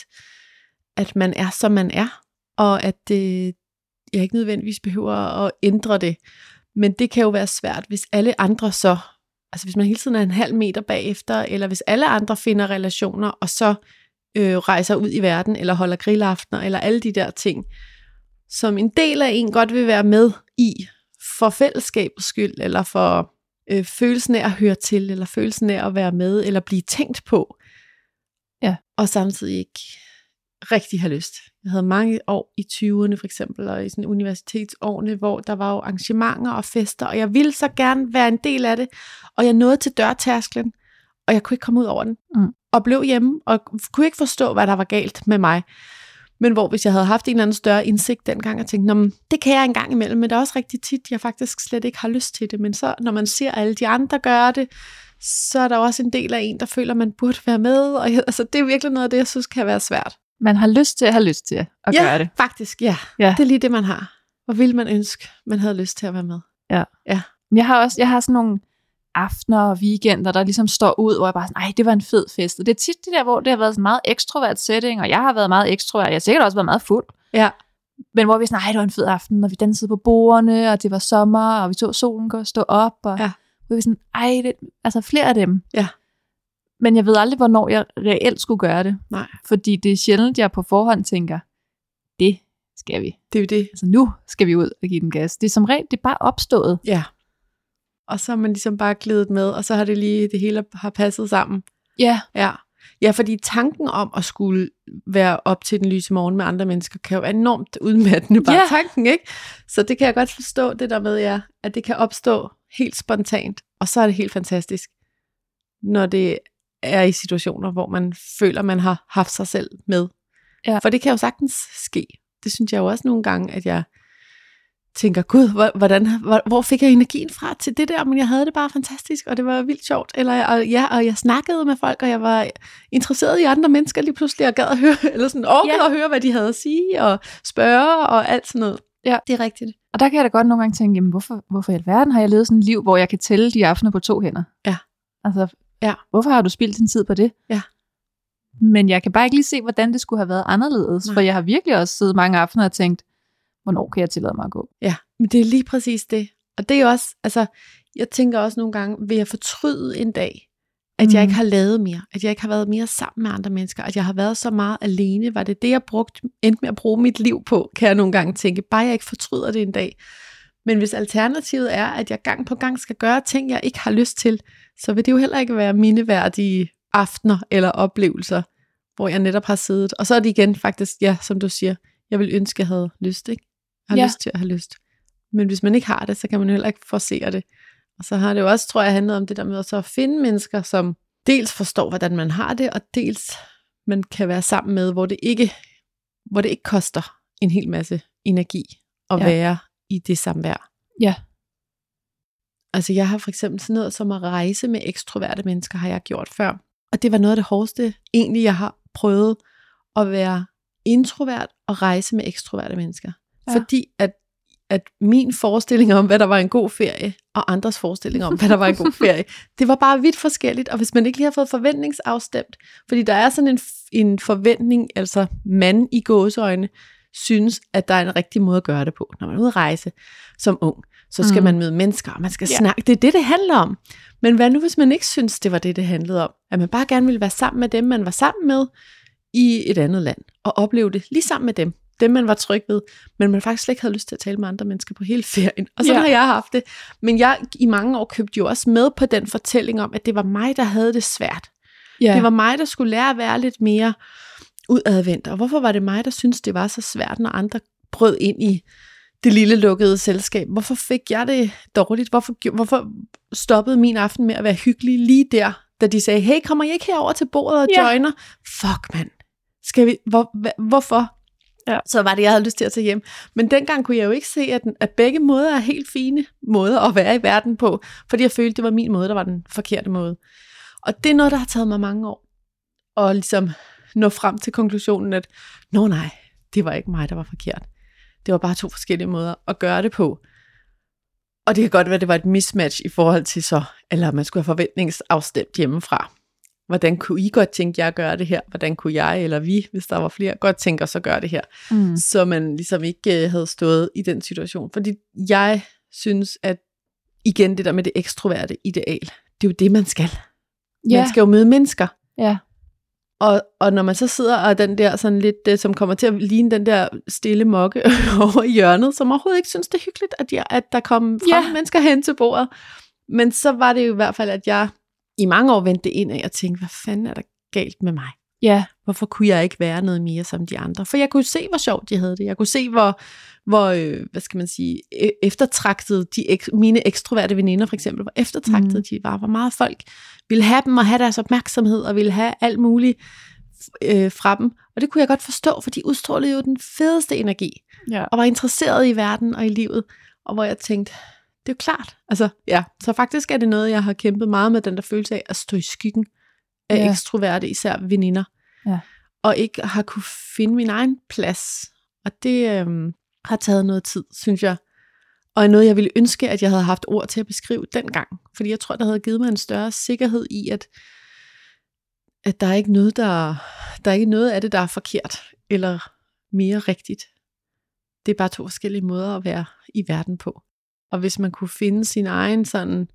at man er, som man er. Og at det, jeg ikke nødvendigvis behøver at ændre det. Men det kan jo være svært, hvis alle andre så, altså hvis man hele tiden er en halv meter bagefter, eller hvis alle andre finder relationer, og så øh, rejser ud i verden, eller holder grillaftener, eller alle de der ting, som en del af en godt vil være med i, for fællesskabets skyld, eller for øh, følelsen af at høre til, eller følelsen af at være med, eller blive tænkt på. Ja. Og samtidig ikke rigtig have lyst. Jeg havde mange år i tyverne for eksempel, og i sådan universitetsårene, hvor der var jo arrangementer og fester, og jeg ville så gerne være en del af det, og jeg nåede til dørtærsklen, og jeg kunne ikke komme ud over den, mm. og blev hjemme, og kunne ikke forstå, hvad der var galt med mig. Men hvor hvis jeg havde haft en eller anden større indsigt dengang, og tænkte, nå, det kan jeg engang imellem, men det er også rigtig tit, jeg faktisk slet ikke har lyst til det, men så når man ser alle de andre gøre det, så er der også en del af en, der føler, at man burde være med. Og altså, det er virkelig noget af det, jeg synes kan være svært. Man har lyst til at have lyst til at ja, gøre det. Faktisk, ja. ja. Det er lige det, man har. Hvor vil man ønske, man havde lyst til at være med? Ja. ja. Jeg har også jeg har sådan nogle aftener og weekender, der ligesom står ud, hvor jeg bare sådan, ej, det var en fed fest. Og det er tit det der, hvor det har været sådan en meget ekstrovert setting, og jeg har været meget ekstrovert. Jeg har sikkert også været meget fuld. Ja. Men hvor vi sådan, ej, det var en fed aften, og vi dansede på bordene, og det var sommer, og vi så solen gå stå op, og ja. vi var sådan, ej, det, altså flere af dem. Ja. Men jeg ved aldrig, hvornår jeg reelt skulle gøre det. Nej. Fordi det er sjældent, jeg på forhånd tænker, det skal vi. Det er jo det. Altså nu skal vi ud og give den gas. Det er som regel, det er bare opstået. Ja. Og så er man ligesom bare glædet med, og så har det lige, det hele har passet sammen. Ja. Ja. Ja, fordi tanken om at skulle være op til den lyse morgen med andre mennesker, kan jo være enormt udmattende, bare ja. tanken, ikke? Så det kan jeg godt forstå, det der med, ja, at det kan opstå helt spontant, og så er det helt fantastisk, når det er i situationer, hvor man føler, man har haft sig selv med. Ja. For det kan jo sagtens ske. Det synes jeg jo også nogle gange, at jeg tænker, gud, hvordan, hvor fik jeg energien fra til det der, men jeg havde det bare fantastisk, og det var vildt sjovt, eller, og, ja, og jeg snakkede med folk, og jeg var interesseret i andre mennesker lige pludselig, og gad at høre, eller sådan orkede ja. at høre, hvad de havde at sige, og spørge, og alt sådan noget. Ja, det er rigtigt. Og der kan jeg da godt nogle gange tænke, jamen hvorfor, hvorfor i alverden har jeg levet sådan et liv, hvor jeg kan tælle de aftener på to hænder? Ja. Altså, ja. Hvorfor har du spildt din tid på det? Ja. Men jeg kan bare ikke lige se, hvordan det skulle have været anderledes, Nej. For jeg har virkelig også siddet mange aftener og tænkt, hvornår kan jeg tillade mig at gå? Ja, men det er lige præcis det. Og det er jo også, altså, jeg tænker også nogle gange, vil jeg fortryde en dag, at mm. jeg ikke har lavet mere, at jeg ikke har været mere sammen med andre mennesker, at jeg har været så meget alene, var det det, jeg brugt, endte med at bruge mit liv på, kan jeg nogle gange tænke, bare jeg ikke fortryder det en dag. Men hvis alternativet er, at jeg gang på gang skal gøre ting, jeg ikke har lyst til, så vil det jo heller ikke være mindeværdige aftener eller oplevelser, hvor jeg netop har siddet. Og så er det igen faktisk, ja, som du siger, jeg vil ønske, jeg havde lyst, ikke? Jeg har ja. lyst til at have lyst. Men hvis man ikke har det, så kan man heller ikke forcere det. Og så har det jo også, tror jeg, handlet om det der med at så finde mennesker, som dels forstår, hvordan man har det, og dels man kan være sammen med, hvor det ikke, hvor det ikke koster en hel masse energi at ja. være i det samvær. Ja. Altså jeg har for eksempel sådan noget som at rejse med ekstroverte mennesker, har jeg gjort før. Og det var noget af det hårdeste, egentlig jeg har prøvet at være introvert og rejse med ekstroverte mennesker. Ja. Fordi at, at min forestilling om, hvad der var en god ferie, og andres forestilling om, hvad der var en god ferie, det var bare vidt forskelligt. Og hvis man ikke lige har fået forventningsafstemt, fordi der er sådan en, en forventning, altså man i gåseøjne, synes, at der er en rigtig måde at gøre det på. Når man er ude at rejse som ung, så skal mm. man møde mennesker, og man skal ja. snakke. Det er det, det handler om. Men hvad nu, hvis man ikke synes, det var det, det handlede om? At man bare gerne ville være sammen med dem, man var sammen med i et andet land, og opleve det lige sammen med dem. Dem, man var tryg ved, men man faktisk slet ikke havde lyst til at tale med andre mennesker på hele ferien. Og sådan ja. har jeg haft det. Men jeg i mange år købte jo også med på den fortælling om, at det var mig, der havde det svært. Ja. Det var mig, der skulle lære at være lidt mere udadvendt. Og hvorfor var det mig, der syntes, det var så svært, når andre brød ind i det lille lukkede selskab? Hvorfor fik jeg det dårligt? Hvorfor, hvorfor stoppede min aften med at være hyggelig lige der, da de sagde, hey, kommer I ikke herover til bordet og ja. joiner? Fuck, mand. Skal vi, hvor, hvorfor? Ja. Så var det, jeg havde lyst til at tage hjem. Men dengang kunne jeg jo ikke se, at, den, at begge måder er helt fine måder at være i verden på, fordi jeg følte, det var min måde, der var den forkerte måde. Og det er noget, der har taget mig mange år. Og ligesom nå frem til konklusionen, at nå nej, det var ikke mig, der var forkert. Det var bare to forskellige måder at gøre det på. Og det kan godt være, at det var et mismatch i forhold til så, eller man skulle have forventningsafstemt hjemmefra. Hvordan kunne I godt tænke jer at gøre det her? Hvordan kunne jeg eller vi, hvis der var flere, godt tænke os at gøre det her? Mm. Så man ligesom ikke havde stået i den situation. Fordi jeg synes, at igen det der med det ekstroverte ideal, det er jo det, man skal. Yeah. Man skal jo møde mennesker. Ja. Yeah. Og, og når man så sidder og den der sådan lidt, som kommer til at ligne den der stille mokke over i hjørnet, som overhovedet ikke synes, det er hyggeligt, at, jeg, at der kom frem yeah. mennesker hen til bordet. Men så var det jo i hvert fald, at jeg i mange år vendte det ind af og tænkte, hvad fanden er der galt med mig? Ja. Hvorfor kunne jeg ikke være noget mere som de andre? For jeg kunne se, hvor sjovt de havde det. Jeg kunne se, hvor, hvor øh, hvad skal man sige, eftertragtede de ek, mine ekstroverte veninder for eksempel, hvor eftertragtede mm. de var, hvor meget folk ville have dem og have deres opmærksomhed og ville have alt muligt øh, fra dem. Og det kunne jeg godt forstå, for de udstrålede jo den fedeste energi. Ja. Og var interesseret i verden og i livet. Og hvor jeg tænkte, det er jo klart. Altså, ja. Så faktisk er det noget, jeg har kæmpet meget med, den der følelse af at stå i skyggen af ja. ekstroverte, især veninder. Ja. Og ikke har kunne finde min egen plads. Og det øhm, har taget noget tid, synes jeg. Og er noget, jeg ville ønske, at jeg havde haft ord til at beskrive dengang. Fordi jeg tror, der havde givet mig en større sikkerhed i, at, at der er ikke noget, der, der er ikke noget af det, der er forkert. Eller mere rigtigt. Det er bare to forskellige måder at være i verden på. Og hvis man kunne finde sin egen sådan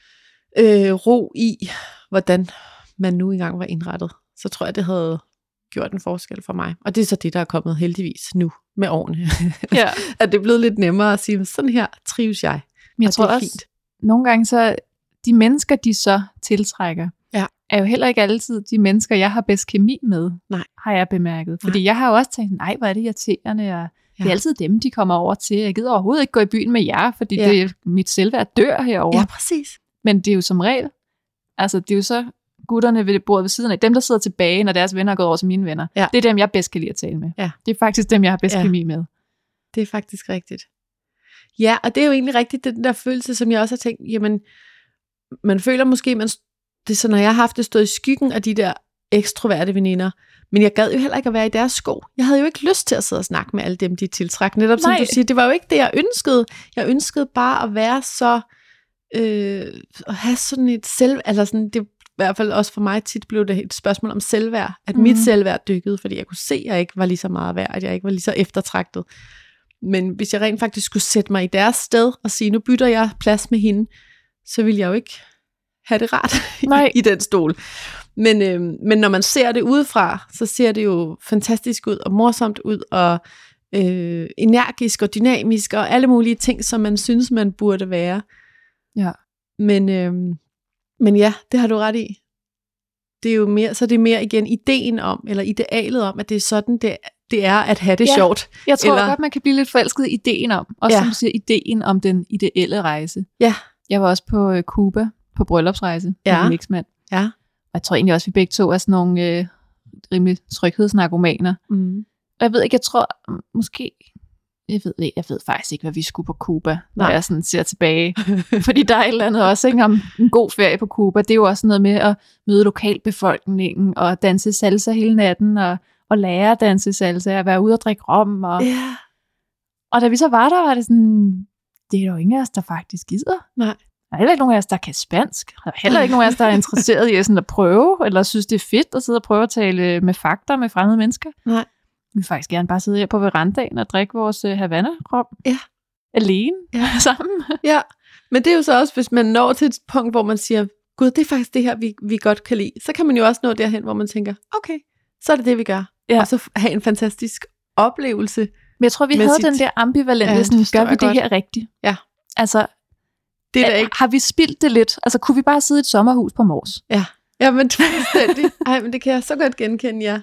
øh, ro i, hvordan man nu engang var indrettet, så tror jeg, det havde gjort en forskel for mig. Og det er så det, der er kommet heldigvis nu med årene. Ja. At det er blevet lidt nemmere at sige, sådan her trives jeg. Men jeg tror også, fint. Nogle gange så, de mennesker, de så tiltrækker, ja. er jo heller ikke altid de mennesker, jeg har bedst kemi med, nej. har jeg bemærket. Fordi nej. jeg har jo også tænkt, nej, hvor er det irriterende, og det er altid dem, de kommer over til. Jeg gider overhovedet ikke gå i byen med jer, fordi ja. det, mit selvværd dør herovre. Ja, præcis. Men det er jo som regel, altså det er jo så gutterne ved det bord ved siden af, dem der sidder tilbage, når deres venner er gået over til mine venner. Ja. Det er dem, jeg bedst kan lide at tale med. Ja. Det er faktisk dem, jeg har bedst ja. kemi med. Det er faktisk rigtigt. Ja, og det er jo egentlig rigtigt, den der følelse, som jeg også har tænkt, jamen, man føler måske, man, det er så, når jeg har haft det stået i skyggen af de der ekstroverte veninder, men jeg gad jo heller ikke at være i deres sko. Jeg havde jo ikke lyst til at sidde og snakke med alle dem, de tiltræk. Netop som Nej. du siger, det var jo ikke det, jeg ønskede. Jeg ønskede bare at være så, øh, at have sådan et selv, eller sådan, det i hvert fald også for mig tit blev det et spørgsmål om selvværd, at mm. mit selvværd dykkede, fordi jeg kunne se, at jeg ikke var lige så meget værd, at jeg ikke var lige så eftertragtet. Men hvis jeg rent faktisk skulle sætte mig i deres sted og sige, nu bytter jeg plads med hende, så ville jeg jo ikke have det rart i, i den stol. Men, øh, men når man ser det udefra, så ser det jo fantastisk ud, og morsomt ud, og øh, energisk og dynamisk, og alle mulige ting, som man synes, man burde være. Ja. Men, øh, men ja, det har du ret i. Det er jo mere, så det er mere igen ideen om, eller idealet om, at det er sådan, det, det er at have det ja, sjovt. Jeg tror eller, godt, man kan blive lidt forelsket i ideen om, og ja. som du siger, ideen om den ideelle rejse. Ja. Jeg var også på Cuba, på bryllupsrejse, ja. med Mixmand. Ja. Og jeg tror egentlig også, at vi begge to er sådan nogle øh, rimelig tryghedsnarkomaner. Mm. Og jeg ved ikke, jeg tror, måske, jeg ved ikke, jeg ved faktisk ikke, hvad vi skulle på Cuba, når Nej. jeg sådan ser tilbage. Fordi der er et eller andet også, ikke, om en god ferie på Cuba. Det er jo også noget med at møde lokalbefolkningen, og danse salsa hele natten, og, og lære at danse salsa, og være ude og drikke rom. Og, yeah. og da vi så var der, var det sådan, det er der jo ingen af os, der faktisk gider. Nej. Der er heller ikke nogen af os, der kan spansk. Der er heller ikke nogen af os, der er interesseret i sådan at prøve, eller synes, det er fedt at sidde og prøve at tale med fakta med fremmede mennesker. Nej. Vi vil faktisk gerne bare sidde her på verandaen og drikke vores uh, Havana-rom. Ja. Alene. Ja. Sammen. Ja, men det er jo så også, hvis man når til et punkt, hvor man siger, gud, det er faktisk det her, vi, vi godt kan lide. Så kan man jo også nå derhen, hvor man tænker, okay, så er det det, vi gør. Ja. Og så have en fantastisk oplevelse. Men jeg tror, vi havde sit... den der ambivalente, ja, sådan, gør vi det godt. Her rigtigt? Ja. Altså, det er ikke... har vi spildt det lidt? Altså, kunne vi bare sidde i et sommerhus på Mors? Ja, ja, men fuldstændig. Ej, men det kan jeg så godt genkende, ja.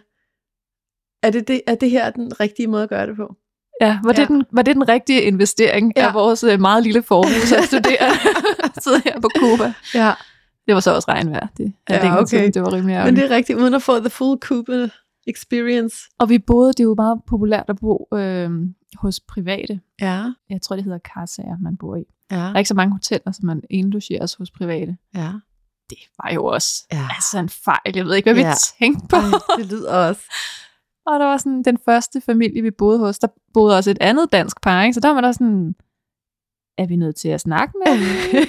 Er det, det, er det her den rigtige måde at gøre det på? Ja, var, ja. Det, den, var det den rigtige investering ja. af vores meget lille formue at studere, sidde her på Cuba? Ja. Det var så også regnvejr. Det, ja, okay. Tid, det var rimelig ærgerligt. Men det er rigtigt, uden at få the full Cuba experience. Og vi boede, det er jo meget populært at bo øh, hos private. Ja. Jeg tror, det hedder Carsager, man bor i. Ja. Der er ikke så mange hoteller, som man indlogeres hos private. Ja. Det var jo også ja. altså en fejl. Jeg ved ikke, hvad ja. vi tænkte på. Ej, det lyder også. Og der var sådan den første familie, vi boede hos, der boede også et andet dansk par, ikke? Så der var der sådan, er vi nødt til at snakke med?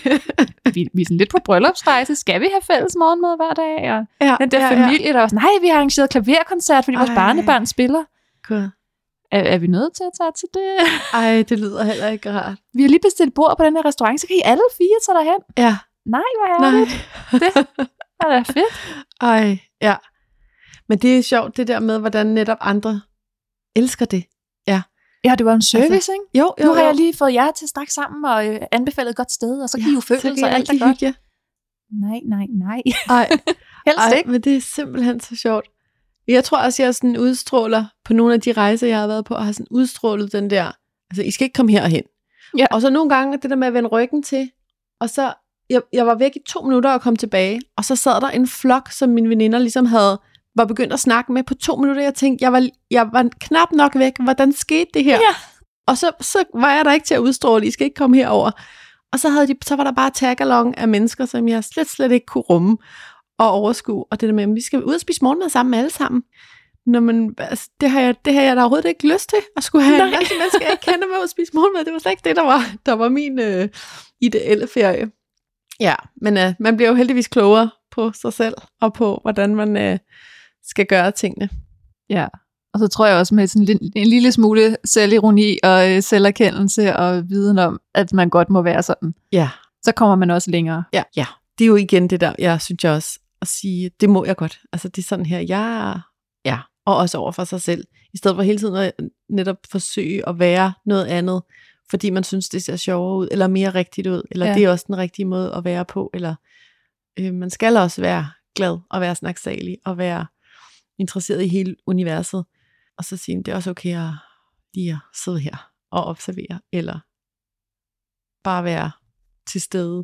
vi, vi er sådan lidt på bryllupsrejse. Skal vi have fælles morgenmad hver dag? Og ja, den der ja, familie, ja. der var sådan, nej, vi har arrangeret klaverkoncert, fordi Ej. vores barnebarn spiller. God. Er, er vi nødt til at tage til det? Ej, det lyder heller ikke rart. Vi har lige bestilt bord på den her restaurant, så kan I alle fire tage derhen. Ja. Nej, hvor er det? Det er da fedt. Ej, ja. Men det er sjovt, det der med, hvordan netop andre elsker det. Ja, ja, det var en service, altså, ikke? Jo, jo, nu har jo. jeg lige fået jer til at snakke sammen og øh, anbefalet et godt sted, og så kan ja, I jo føle sig alt er godt. Nej, nej, nej. Ej, helst ej, ikke. Men det er simpelthen så sjovt. Jeg tror også, jeg sådan udstråler på nogle af de rejser, jeg har været på, og har sådan udstrålet den der, altså, I skal ikke komme herhen. Ja. Og så nogle gange, det der med at vende ryggen til, og så, jeg, jeg var væk i to minutter og kom tilbage, og så sad der en flok, som mine veninder ligesom havde, var begyndt at snakke med på to minutter. Jeg tænkte, jeg var, jeg var knap nok væk. Hvordan skete det her? Ja. Og så, så var jeg der ikke til at udstråle. I skal ikke komme herover. Og så, havde de, så var der bare tag-along af mennesker, som jeg slet, slet ikke kunne rumme og overskue. Og det der med, at vi skal ud og spise morgenmad sammen alle sammen. Når man, altså, det, har jeg, det har jeg da overhovedet ikke lyst til, at skulle have Nej. en masse mennesker, jeg ikke kender med at spise morgenmad. Det var slet ikke det, der var, der var min øh, ideelle ferie. Ja, men øh, man bliver jo heldigvis klogere på sig selv, og på, hvordan man øh, skal gøre tingene. Ja, og så tror jeg også med sådan en, en lille smule selvironi og øh, selverkendelse og viden om, at man godt må være sådan. Ja. Så kommer man også længere. Ja, ja. Det er jo igen det der, jeg synes jeg også, at sige, det må jeg godt. Altså det er sådan her, jeg... Ja, og også over for sig selv. I stedet for hele tiden at netop forsøge at være noget andet, fordi man synes, det ser sjovere ud, eller mere rigtigt ud, eller ja. det er også den rigtige måde at være på, eller øh, man skal også være glad, og være snaksalig, og være interesseret i hele universet, og så sige, det er også okay at lige at sidde her og observere, eller bare være til stede.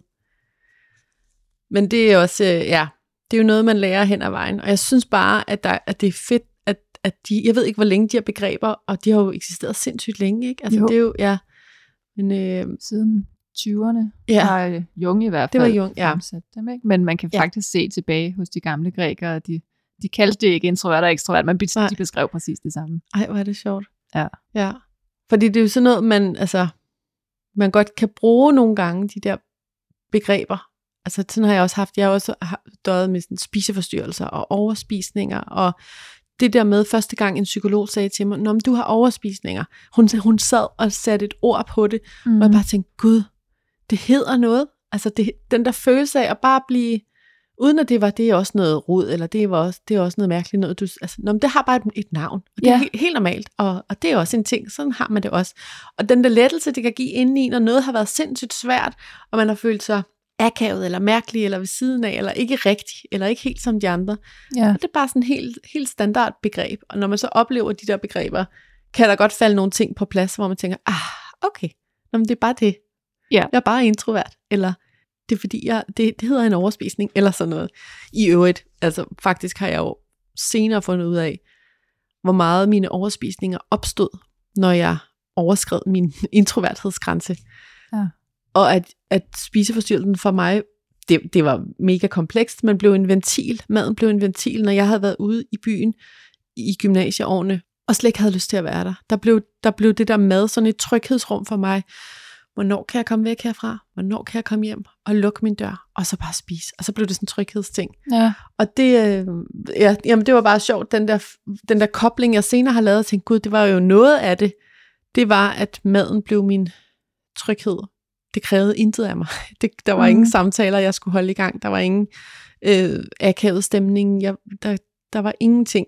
Men det er også, øh, ja, det er jo noget, man lærer hen ad vejen, og jeg synes bare, at, der, at det er fedt, at, at de, jeg ved ikke, hvor længe de her begreber, og de har jo eksisteret sindssygt længe, ikke? Altså jo. det er jo, ja, men, øh, siden tyverne, ja. har Jung i hvert fald det var Jung, ja. dem, ikke? Men man kan ja. faktisk se tilbage hos de gamle grækere, de, de kaldte det ikke introvert og ekstrovert, men de beskrev præcis det samme. Ej, hvor er det sjovt. Ja. Ja, fordi det er jo sådan noget, man, altså, man godt kan bruge nogle gange, de der begreber. Altså sådan har jeg også haft, jeg har også døjet med sådan spiseforstyrrelser og overspisninger, og det der med første gang en psykolog sagde til mig, når du har overspisninger, hun, hun sad og satte et ord på det, mm. og jeg bare tænkte, gud, det hedder noget, altså det, den der følelse af at bare blive, uden at det var, det er også noget rod, eller det var også, det er også noget mærkeligt noget, du, altså, nå, det har bare et, et navn, og det ja. er helt, helt normalt, og, og det er også en ting, sådan har man det også, og den der lettelse, det kan give indeni, når noget har været sindssygt svært, og man har følt sig akavet, eller mærkelig, eller ved siden af, eller ikke rigtig, eller ikke helt som de andre. Ja. Og det er bare sådan helt, helt standard begreb. Og når man så oplever de der begreber, kan der godt falde nogle ting på plads, hvor man tænker, ah, okay, nå, men det er bare det. Ja. Jeg er bare introvert, eller det er fordi, jeg, det, det hedder en overspisning, eller sådan noget. I øvrigt, altså faktisk har jeg jo senere fundet ud af, hvor meget mine overspisninger opstod, når jeg overskred min introverthedsgrænse. Ja. Og at, at spiseforstyrrelsen for mig, det, det var mega komplekst, men blev en ventil. Maden blev en ventil, når jeg havde været ude i byen i gymnasieårene, og slet ikke havde lyst til at være der. Der blev, der blev det der mad sådan et tryghedsrum for mig. Hvornår kan jeg komme væk herfra? Hvornår kan jeg komme hjem og lukke min dør? Og så bare spise. Og så blev det sådan en tryghedsting. Ja. Og det, øh, ja, jamen det var bare sjovt, den der, den der kobling, jeg senere har lavet, og tænkte, gud, det var jo noget af det. Det var, at maden blev min tryghed. Det krævede intet af mig. Det, der var mm. ingen samtaler, jeg skulle holde i gang. Der var ingen øh, akavet stemning. Jeg, der, der var ingenting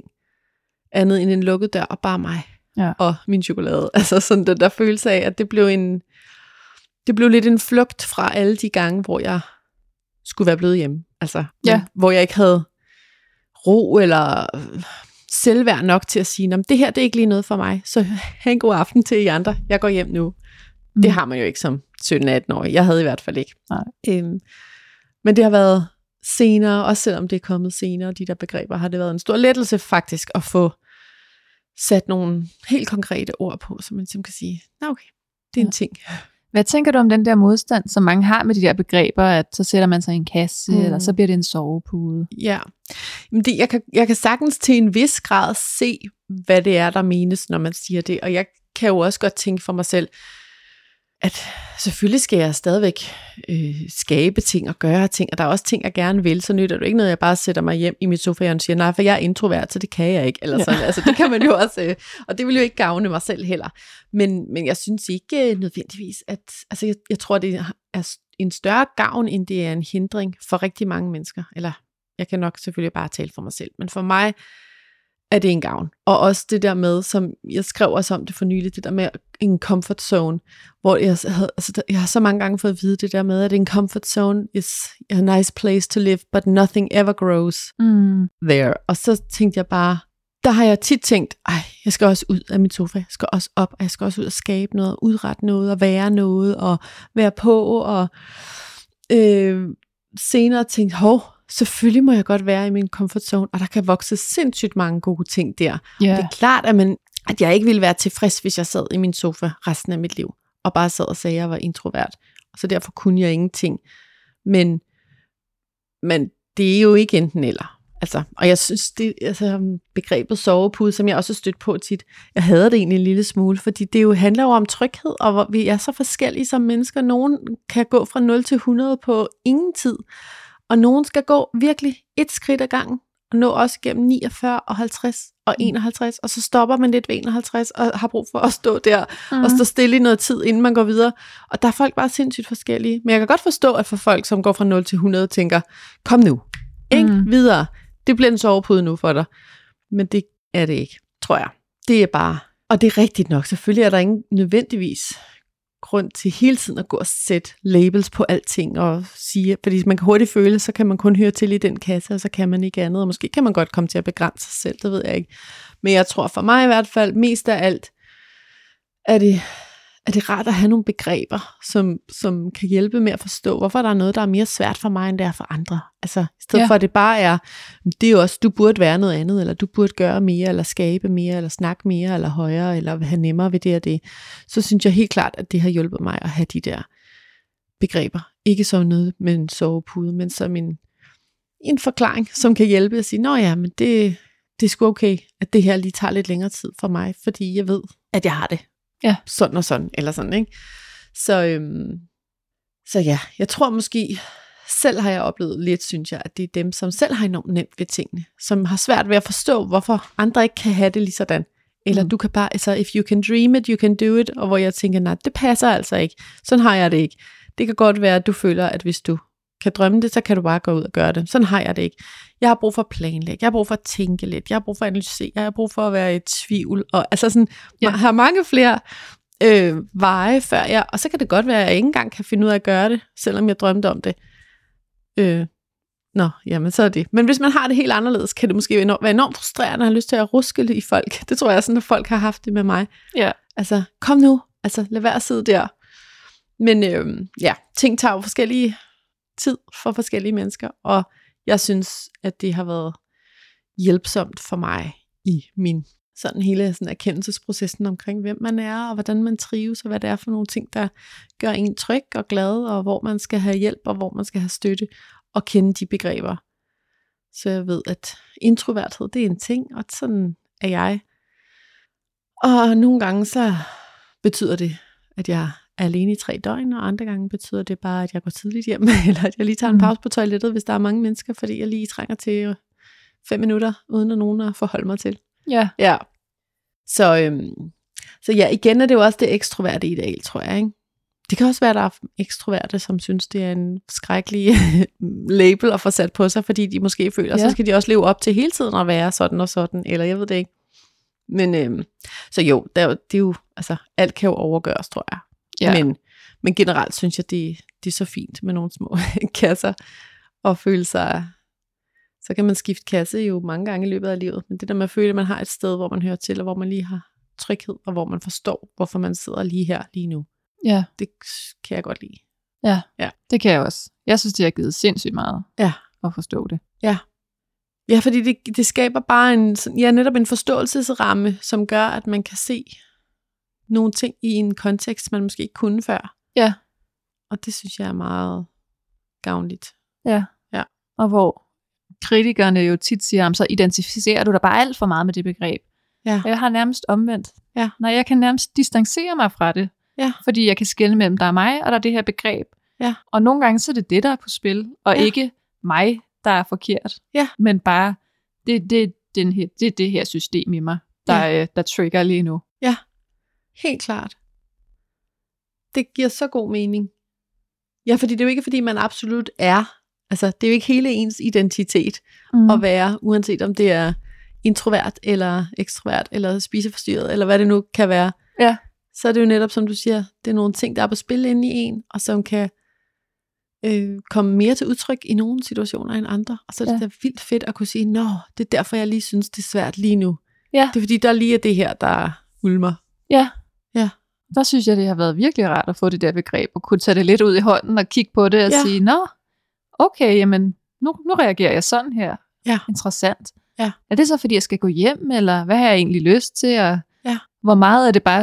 andet end en lukket dør, og bare mig ja. og min chokolade. Altså sådan den der følelse af, at det blev en, det blev lidt en flugt fra alle de gange, hvor jeg skulle være blevet hjemme. Altså, ja. hvor jeg ikke havde ro eller selvværd nok til at sige, det her det er ikke lige noget for mig, så have en god aften til I andre. Jeg går hjem nu. Mm. Det har man jo ikke som sytten-atten-årig. Jeg havde i hvert fald ikke. Nej. Øhm, men det har været senere, også selvom det er kommet senere, de der begreber, har det været en stor lettelse faktisk at få sat nogle helt konkrete ord på, så man ligesom kan sige, nå okay, det er ja. en ting. Hvad tænker du om den der modstand, som mange har med de der begreber, at så sætter man sig i en kasse, mm. eller så bliver det en sovepude? Ja, men det, jeg, kan, jeg kan sagtens til en vis grad se, hvad det er, der menes, når man siger det, og jeg kan jo også godt tænke for mig selv, at selvfølgelig skal jeg stadigvæk øh, skabe ting og gøre ting, og der er også ting, jeg gerne vil, så nytter det ikke noget, jeg bare sætter mig hjem i mit sofa og siger, nej, for jeg er introvert, så det kan jeg ikke, eller sådan. Ja. Altså det kan man jo også, øh, og det vil jo ikke gavne mig selv heller. Men, men jeg synes ikke øh, nødvendigvis, at, altså jeg, jeg tror, det er en større gavn, end det er en hindring for rigtig mange mennesker, eller jeg kan nok selvfølgelig bare tale for mig selv, men for mig er det en gavn. Og også det der med, som jeg skrev også om det for nylig, det der med en comfort zone, hvor jeg, havde, altså, jeg har så mange gange fået at vide det der med, at en comfort zone is a nice place to live, but nothing ever grows mm. there. Og så tænkte jeg bare, der har jeg tit tænkt, ej, jeg skal også ud af min sofa, jeg skal også op, og jeg skal også ud og skabe noget, udrette noget, og være noget, og være på, og øh, senere tænkte, hov, selvfølgelig må jeg godt være i min comfort zone, og der kan vokse sindssygt mange gode ting der. Yeah. Det er klart, at, man, at jeg ikke ville være tilfreds, hvis jeg sad i min sofa resten af mit liv, og bare sad og sagde, at jeg var introvert. så derfor kunne jeg ingenting. Men, men det er jo ikke enten eller. Altså, og jeg synes, det altså, begrebet sovepude, som jeg også har stødt på tit, jeg hader det egentlig en lille smule, fordi det jo handler jo om tryghed, og hvor vi er så forskellige som mennesker. Nogen kan gå fra nul til hundrede på ingen tid, og nogen skal gå virkelig et skridt ad gangen, og nå også gennem niogfyrre og halvtreds og enoghalvtreds, og så stopper man lidt ved enoghalvtreds, og har brug for at stå der, mm. og stå stille i noget tid, inden man går videre. Og der er folk bare sindssygt forskellige. Men jeg kan godt forstå, at for folk, som går fra nul til hundrede, tænker, kom nu, ikke mm. videre. Det bliver en sovepude nu for dig. Men det er det ikke, tror jeg. Det er bare, og det er rigtigt nok. Selvfølgelig er der ingen nødvendigvis grund til hele tiden at gå og sætte labels på alting og sige, fordi man kan hurtigt føle, så kan man kun høre til i den kasse, og så kan man ikke andet, og måske kan man godt komme til at begrænse sig selv, det ved jeg ikke. Men jeg tror for mig i hvert fald, mest af alt, er det, er det rart at have nogle begreber, som, som kan hjælpe med at forstå, hvorfor der er noget, der er mere svært for mig, end det er for andre. Altså, i stedet ja. for at det bare er, det er jo også, du burde være noget andet, eller du burde gøre mere, eller skabe mere, eller snakke mere, eller højere, eller have nemmere ved det og det. Så synes jeg helt klart, at det har hjulpet mig at have de der begreber. Ikke som noget med en sovepude, men som en, en forklaring, som kan hjælpe at sige, nå ja, men det, det er sgu okay, at det her lige tager lidt længere tid for mig, fordi jeg ved, at jeg har det. Ja. Sådan og sådan, eller sådan, ikke? Så, øhm, så ja, jeg tror måske, selv har jeg oplevet lidt, synes jeg, at det er dem, som selv har enormt nemt ved tingene, som har svært ved at forstå, hvorfor andre ikke kan have det lige sådan. Eller mm. du kan bare, altså, if you can dream it, you can do it, og hvor jeg tænker, nej, det passer altså ikke. Sådan har jeg det ikke. Det kan godt være, at du føler, at hvis du kan drømme det, så kan du bare gå ud og gøre det. Sådan har jeg det ikke. Jeg har brug for at planlægge, jeg har brug for at tænke lidt, jeg har brug for at analysere, jeg har brug for at være i tvivl, og altså sådan, ja. jeg har mange flere øh, veje før jeg, og så kan det godt være, at jeg ikke engang kan finde ud af at gøre det, selvom jeg drømte om det. Øh, nå, jamen så er det. Men hvis man har det helt anderledes, kan det måske være enormt frustrerende, at have lyst til at ruske i folk. Det tror jeg sådan, at folk har haft det med mig. Ja. Altså, kom nu, altså lad være at sidde der. Men øh, ja, ting tager jo forskellige tid for forskellige mennesker, og jeg synes, at det har været hjælpsomt for mig i min sådan hele sådan erkendelsesprocessen omkring, hvem man er, og hvordan man trives, og hvad det er for nogle ting, der gør en tryg og glad, og hvor man skal have hjælp, og hvor man skal have støtte, og kende de begreber. Så jeg ved, at introverthed, det er en ting, og sådan er jeg. Og nogle gange så betyder det, at jeg er alene i tre døgn, og andre gange betyder det bare, at jeg går tidligt hjem, eller at jeg lige tager en pause på toilettet, hvis der er mange mennesker, fordi jeg lige trænger til fem minutter, uden at nogen at forholde mig til. Ja. Ja. Så, øhm, så ja, igen er det jo også det ekstroverte ideal, tror jeg, ikke? Det kan også være, at der er ekstroverte, som synes, det er en skrækkelig label at få sat på sig, fordi de måske føler, ja. så skal de også leve op til hele tiden at være sådan og sådan, eller jeg ved det ikke. Men, øhm, så jo, der, det er jo, altså, alt kan jo overgøres, tror jeg. Ja. Men, men generelt synes jeg, det, det er så fint med nogle små kasser, og føle sig, så kan man skifte kasse jo mange gange i løbet af livet, men det der med at føle, at man har et sted, hvor man hører til, og hvor man lige har tryghed, og hvor man forstår, hvorfor man sidder lige her, lige nu. Ja. Det kan jeg godt lide. Ja, ja. Det kan jeg også. Jeg synes, det har givet sindssygt meget ja. at forstå det. Ja, ja, fordi det, det skaber bare en, ja, netop en forståelsesramme, som gør, at man kan se nogle ting i en kontekst, man måske ikke kunne før. Ja. Og det synes jeg er meget gavnligt. Ja. Ja. Og hvor kritikerne jo tit siger, så identificerer du dig bare alt for meget med det begreb. Ja. Og jeg har nærmest omvendt. Ja. Når jeg kan nærmest distancere mig fra det. Ja. Fordi jeg kan skelne mellem dig og mig, og der er det her begreb. Ja. Og nogle gange så er det det, der er på spil, og ja. ikke mig, der er forkert. Ja. Men bare, det, det, den her, det er det her system i mig, der, ja. der trigger lige nu. Ja, helt klart. Det giver så god mening. Ja, fordi det er jo ikke, fordi man absolut er. Altså, det er jo ikke hele ens identitet mm. at være, uanset om det er introvert, eller ekstrovert, eller spiseforstyrret, eller hvad det nu kan være. Ja. Så er det jo netop, som du siger, det er nogle ting, der er på spil inde i en, og som kan øh, komme mere til udtryk i nogle situationer end andre. Og så er det ja. da vildt fedt at kunne sige, nå, det er derfor, jeg lige synes, det er svært lige nu. Ja. Det er fordi, der lige er det her, der ulmer. Ja. Ja. Der synes jeg, det har været virkelig rart at få det der begreb, og kunne tage det lidt ud i hånden, og kigge på det, og ja. sige, nå, okay, jamen, nu, nu reagerer jeg sådan her. Ja. Interessant. Ja. Er det så, fordi jeg skal gå hjem, eller hvad har jeg egentlig lyst til, og ja. hvor meget er det bare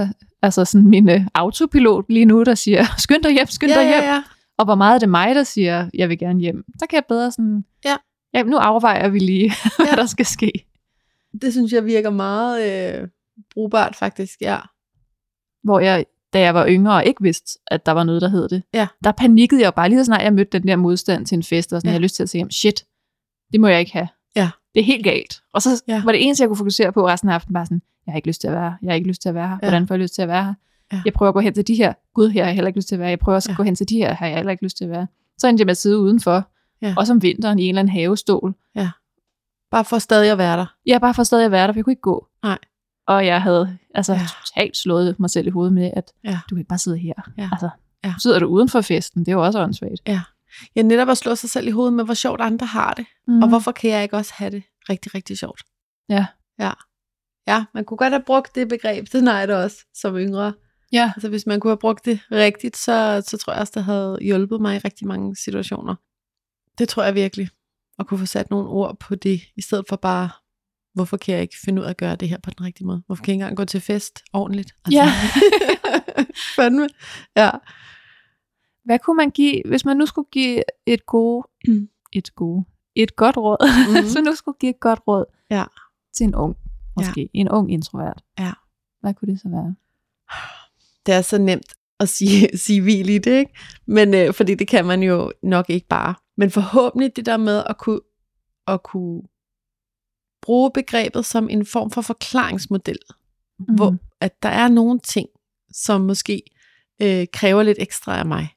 altså sådan min øh, autopilot lige nu, der siger, skynd dig hjem, skynd ja, dig hjem. Ja, ja. Og hvor meget er det mig, der siger, jeg vil gerne hjem. Så kan jeg bedre sådan, ja, ja nu afvejer vi lige, hvad ja. der skal ske. Det synes jeg virker meget øh, brugbart faktisk, ja. Hvor jeg, da jeg var yngre og ikke vidste, at der var noget, der hed det, ja. der panikkede jeg jo bare lige så snart jeg mødte den der modstand til en fest, og sådan, ja. jeg havde lyst til at sige, jamen, shit, det må jeg ikke have. Ja. Det er helt galt. Og så ja. var det eneste, jeg kunne fokusere på resten af aftenen, bare sådan, jeg har ikke lyst til at være her, jeg har ikke lyst til at være her, ja. hvordan får jeg lyst til at være her? Ja. Jeg prøver at gå hen til de her, gud, her har jeg heller ikke lyst til at være, jeg prøver også ja. at gå hen til de her, her har jeg heller ikke lyst til at være. Så endte jeg med at sidde udenfor, ja. også om vinteren i en eller anden havestol. Ja. Bare for stadig at være der. Ja, bare for stadig at være der, for jeg kunne ikke gå. Nej. Og jeg havde altså ja. totalt slået mig selv i hovedet med, at ja. du kan ikke bare sidde her. Ja. Altså, ja. sidder du uden for festen, det er jo også åndssvagt. Ja. Jeg netop at slå sig selv i hovedet med, hvor sjovt andre har det. Mm. Og hvorfor kan jeg ikke også have det rigtig, rigtig sjovt? Ja. Ja. Ja, man kunne godt have brugt det begreb, det har jeg det også som yngre. Ja. Altså hvis man kunne have brugt det rigtigt, så, så tror jeg også, det havde hjulpet mig i rigtig mange situationer. Det tror jeg virkelig. At kunne få sat nogle ord på det, i stedet for bare, hvorfor kan jeg ikke finde ud af at gøre det her på den rigtige måde? Hvorfor kan jeg ikke engang gå til fest ordentligt? Altså, ja. fandme. Ja. Hvad kunne man give, hvis man nu skulle give et gode, et gode, et godt råd, mm-hmm. hvis man nu skulle give et godt råd ja. til en ung, måske ja. en ung introvert. Ja. Hvad kunne det så være? Det er så nemt at sige, sige hvil i det, ikke? Men øh, fordi det kan man jo nok ikke bare. Men forhåbentlig det der med at kunne, at kunne bruge begrebet som en form for forklaringsmodel, mm. hvor at der er nogle ting, som måske øh, kræver lidt ekstra af mig.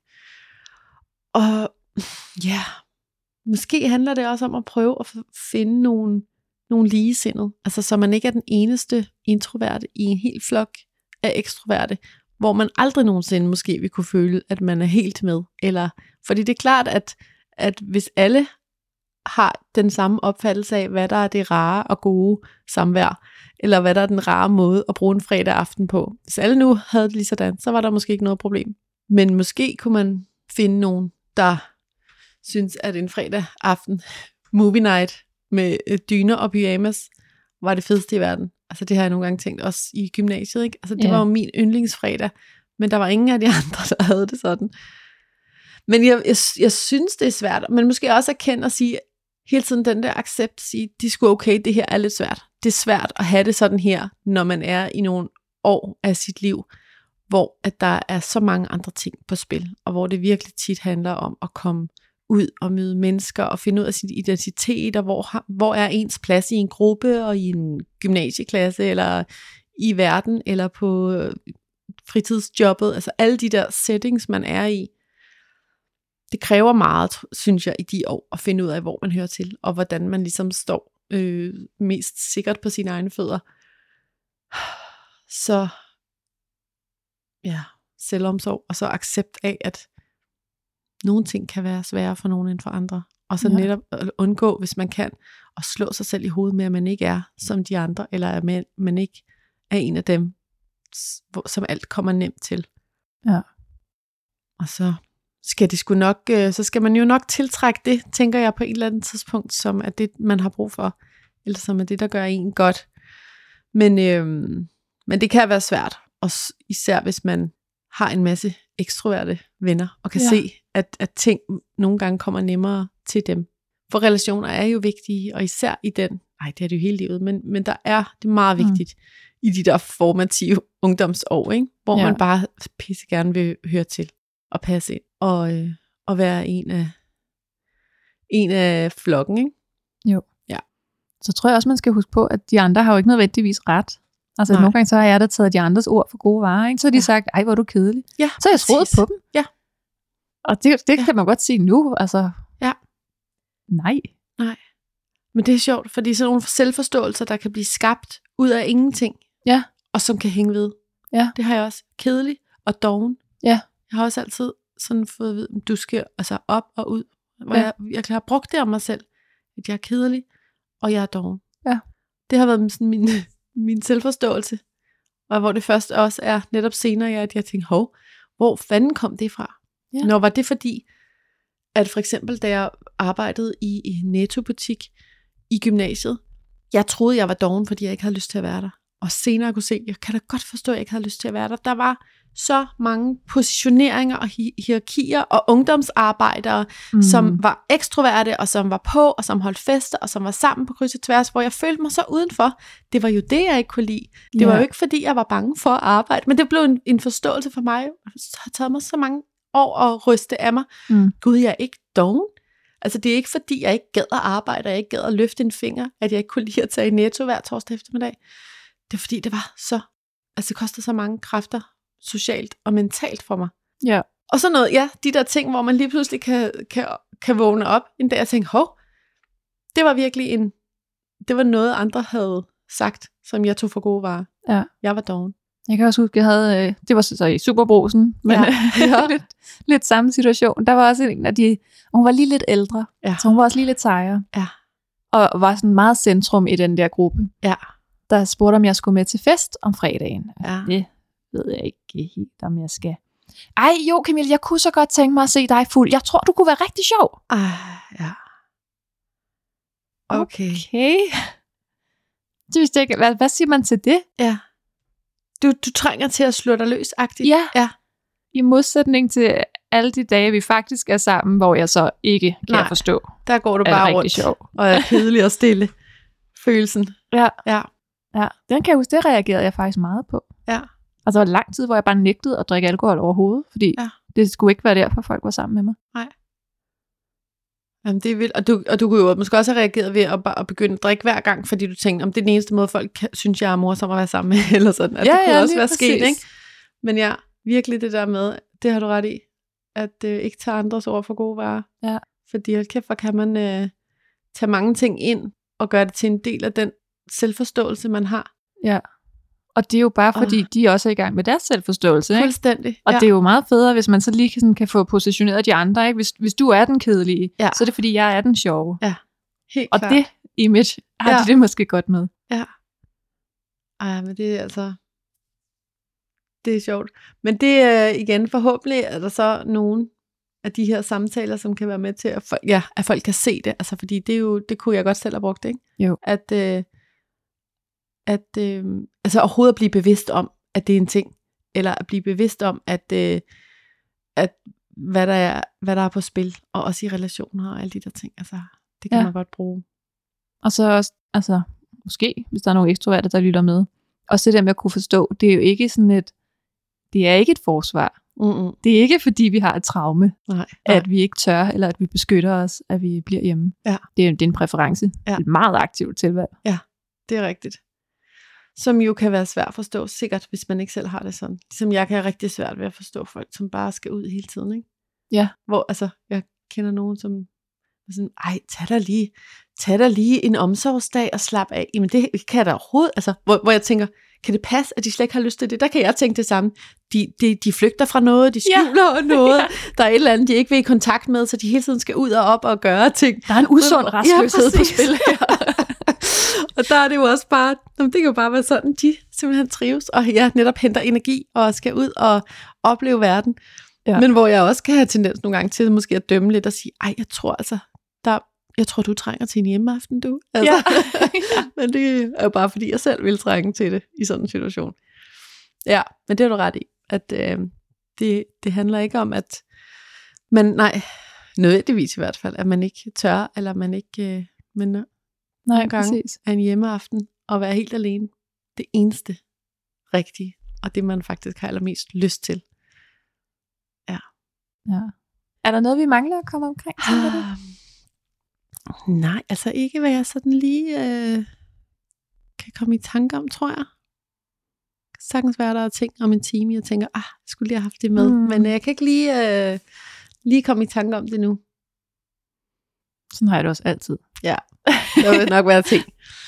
Og ja, måske handler det også om at prøve at finde nogle, nogle ligesindede, altså så man ikke er den eneste introverte i en hel flok af ekstroverte, hvor man aldrig nogensinde måske vil kunne føle, at man er helt med. Eller, fordi det er klart, at, at hvis alle har den samme opfattelse af, hvad der er det rare og gode samvær, eller hvad der er den rare måde at bruge en fredag aften på. Hvis alle nu havde det lige sådan, så var der måske ikke noget problem. Men måske kunne man finde nogen, der synes, at en fredag aften, movie night med dyner og pyjamas, var det fedeste i verden. Altså det har jeg nogle gange tænkt, også i gymnasiet, ikke? Altså det yeah. var jo min yndlingsfredag, men der var ingen af de andre, der havde det sådan. Men jeg, jeg, jeg synes, det er svært, men måske også erkende at sige, hele tiden den der accept, sige, de skulle okay, det her er lidt svært. Det er svært at have det sådan her, når man er i nogle år af sit liv, hvor at der er så mange andre ting på spil, og hvor det virkelig tit handler om at komme ud og møde mennesker, og finde ud af sin identitet, og hvor, hvor er ens plads i en gruppe, og i en gymnasieklasse, eller i verden, eller på fritidsjobbet, altså alle de der settings, man er i. Det kræver meget, synes jeg, i de år, at finde ud af, hvor man hører til, og hvordan man ligesom står øh, mest sikkert på sine egne fødder. Så, ja, selvomsorg, og så accept af, at nogle ting kan være sværere for nogen end for andre. Og så ja. netop at undgå, hvis man kan, at slå sig selv i hovedet med, at man ikke er som de andre, eller at man, man ikke er en af dem, som alt kommer nemt til. Ja. Og så skal det sgu nok, så skal man jo nok tiltrække det, tænker jeg på et eller andet tidspunkt, som er det, man har brug for, eller som er det, der gør en godt. Men, øhm, men det kan være svært, også især hvis man har en masse ekstroverte venner, og kan ja. se, at, at ting nogle gange kommer nemmere til dem. For relationer er jo vigtige, og især i den, nej, det er det jo hele livet, men, men der er det meget vigtigt mm. i de der formative ungdomsår, ikke? Hvor ja. man bare pisse gerne vil høre til og passe ind, og, øh, og være en af, en af flokken, ikke? Jo. Ja. Så tror jeg også, man skal huske på, at de andre har jo ikke nødvendigvis ret. Altså Nej. nogle gange så har jeg da taget de andres ord for gode varer, ikke? Så har de ja. sagt, ej hvor er du kedelig. Ja, så har jeg troet på dem. Ja. Og det, det ja. kan man godt sige nu, altså. Ja. Nej. Nej. Men det er sjovt, fordi sådan nogle selvforståelser, der kan blive skabt ud af ingenting. Ja. Og som kan hænge ved. Ja. Det har jeg også. Kedelig og doven. Ja. Jeg har også altid sådan fået at vide, at du skal altså op og ud. Hvor ja. jeg, jeg har brugt det om mig selv, at jeg er kedelig, og jeg er doven. Ja. Det har været sådan min, min selvforståelse. Og hvor det først også er netop senere, at jeg tænkte, hov, hvor fanden kom det fra? Ja. Nå, var det fordi, at for eksempel, da jeg arbejdede i en Netto-butik i gymnasiet, jeg troede, jeg var doven, fordi jeg ikke havde lyst til at være der. og senere kunne se, jeg kan da godt forstå, at jeg ikke havde lyst til at være der. Der var så mange positioneringer og hi- hierarkier og ungdomsarbejdere, mm. som var ekstroverte, og som var på, og som holdt fester, og som var sammen på kryds og tværs, hvor jeg følte mig så udenfor. Det var jo det, jeg ikke kunne lide. Det yeah. var jo ikke, fordi jeg var bange for at arbejde, men det blev en, en forståelse for mig. Det har taget mig så mange år at ryste af mig. Mm. Gud, jeg er ikke doven. Altså, det er ikke, fordi jeg ikke gad at arbejde, og jeg ikke gad at løfte en finger, at jeg ikke kunne lide at tage i Netto hver torsdag eftermiddag. Det er, fordi det var så, altså det kostede så mange kræfter, socialt og mentalt for mig. Ja. Og så noget, ja, de der ting, hvor man lige pludselig kan, kan, kan vågne op en dag og tænke, hov, det var virkelig en, det var noget, andre havde sagt, som jeg tog for gode varer. Ja. Jeg var doven. Jeg kan også huske, jeg havde, det var så i Superbrusen, men ja. Ja. lidt, lidt samme situation. Der var også en af de, hun var lige lidt ældre, ja. så hun var også lige lidt sejere. Ja. Og var sådan meget centrum i den der gruppe. Ja. Der spurgte, om jeg skulle med til fest om fredagen. Ja. Det ved jeg ikke helt, om jeg skal. Ej, jo Camille, jeg kunne så godt tænke mig at se dig fuld. Jeg tror, du kunne være rigtig sjov. Ej, ja. Okay. Okay. Det vidste jeg ikke. Hvad, hvad siger man til det? Ja. Du, du trænger til at slå dig løs-agtigt. Ja. Ja. I modsætning til alle de dage, vi faktisk er sammen, hvor jeg så ikke kan Nej, forstå. Der går du bare rundt sjov. Og er kedelig og stille. Følelsen. Ja. Ja. Ja. Den kan jeg huske, det reagerede jeg faktisk meget på. Ja. Altså, der var lang tid, hvor jeg bare nægtede at drikke alkohol overhovedet, fordi ja. det skulle ikke være derfor, folk var sammen med mig. Nej. Jamen, det er vildt. Og du, og du kunne jo måske også have reageret ved at, at begynde at drikke hver gang, fordi du tænkte, om det er den eneste måde, folk kan, synes, jeg er morsom at være sammen med, eller sådan. At ja, det kunne ja, også være præcis. sket, ikke? Men ja, virkelig det der med, det har du ret i, at øh, ikke tage andres ord for gode varer. Ja. Fordi hold kæft, hvor kan man øh, tage mange ting ind, og gøre det til en del af den selvforståelse, man har. Ja. Og det er jo bare fordi, oh. de også er i gang med deres selvforståelse. Ikke? Fuldstændig. Og ja. det er jo meget federe, hvis man så lige kan, sådan, kan få positioneret de andre. Ikke? Hvis, hvis du er den kedelige, ja. så er det fordi, jeg er den sjove. Ja, helt og klart. det image har ja. de det måske godt med. Ja. Ej, men det er altså... Det er sjovt. Men det er igen, forhåbentlig er der så nogen af de her samtaler, som kan være med til, at folk, ja, at folk kan se det. Altså, fordi det er jo, det kunne jeg godt selv have brugt, ikke? Jo. At... Øh, at øh, altså overhovedet at blive bevidst om, at det er en ting, eller at blive bevidst om, at, øh, at hvad, der er, hvad der er på spil, og også i relationer og alle de der ting, altså det kan ja. man godt bruge. Og så også, altså måske, hvis der er nogle ekstroverte, der lytter med, også det der med at kunne forstå, det er jo ikke sådan et, det er ikke et forsvar. Mm-mm. Det er ikke fordi, vi har et traume, nej, nej. at vi ikke tør, eller at vi beskytter os, at vi bliver hjemme. Ja. Det, er, det er en præference. Ja. Et meget aktivt tilvalg. Ja, det er rigtigt. Som jo kan være svært at forstå, sikkert, hvis man ikke selv har det sådan. Ligesom jeg kan have rigtig svært ved at forstå folk, som bare skal ud hele tiden, ikke? Ja. Hvor, altså, jeg kender nogen, som er sådan, ej, tag dig lige, tag dig lige en omsorgsdag og slap af. Jamen, det kan jeg da overhovedet, altså, hvor, hvor jeg tænker, kan det passe, at de slet ikke har lyst til det? Der kan jeg tænke det samme. De, de, de flygter fra noget, de skjuler ja. noget, ja. der er et eller andet, de ikke vil i kontakt med, så de hele tiden skal ud og op og gøre ting. Der er en usund restløshed ja, på spil her. Og der er det jo også bare, det kan jo bare være sådan, de simpelthen trives, og ja, netop henter energi, og skal ud og opleve verden. Ja. Men hvor jeg også kan have tendens nogle gange til måske at dømme lidt og sige, ej, jeg tror altså, der, jeg tror du trænger til en hjemmeaften, du. Altså, ja. Men det er jo bare fordi, jeg selv vil trænge til det i sådan en situation. Ja, men det er du ret i, at øh, det, det handler ikke om, at man, nej, nødvendigvis i hvert fald, at man ikke tør, eller man ikke, øh, men nej, nogle gange præcis. Er en hjemmeaften og være helt alene det eneste rigtige, og det man faktisk har allermest lyst til. Ja. Ja. Er der noget, vi mangler at komme omkring? Ah, nej, altså ikke hvad jeg sådan lige øh, kan komme i tanke om, tror jeg. Sagtens være der er ting om en time, jeg tænker, ah, jeg skulle lige have haft det med, mm. men jeg kan ikke lige, øh, lige komme i tanke om det nu. Sådan har jeg det også altid. Ja, der vil nok være ting.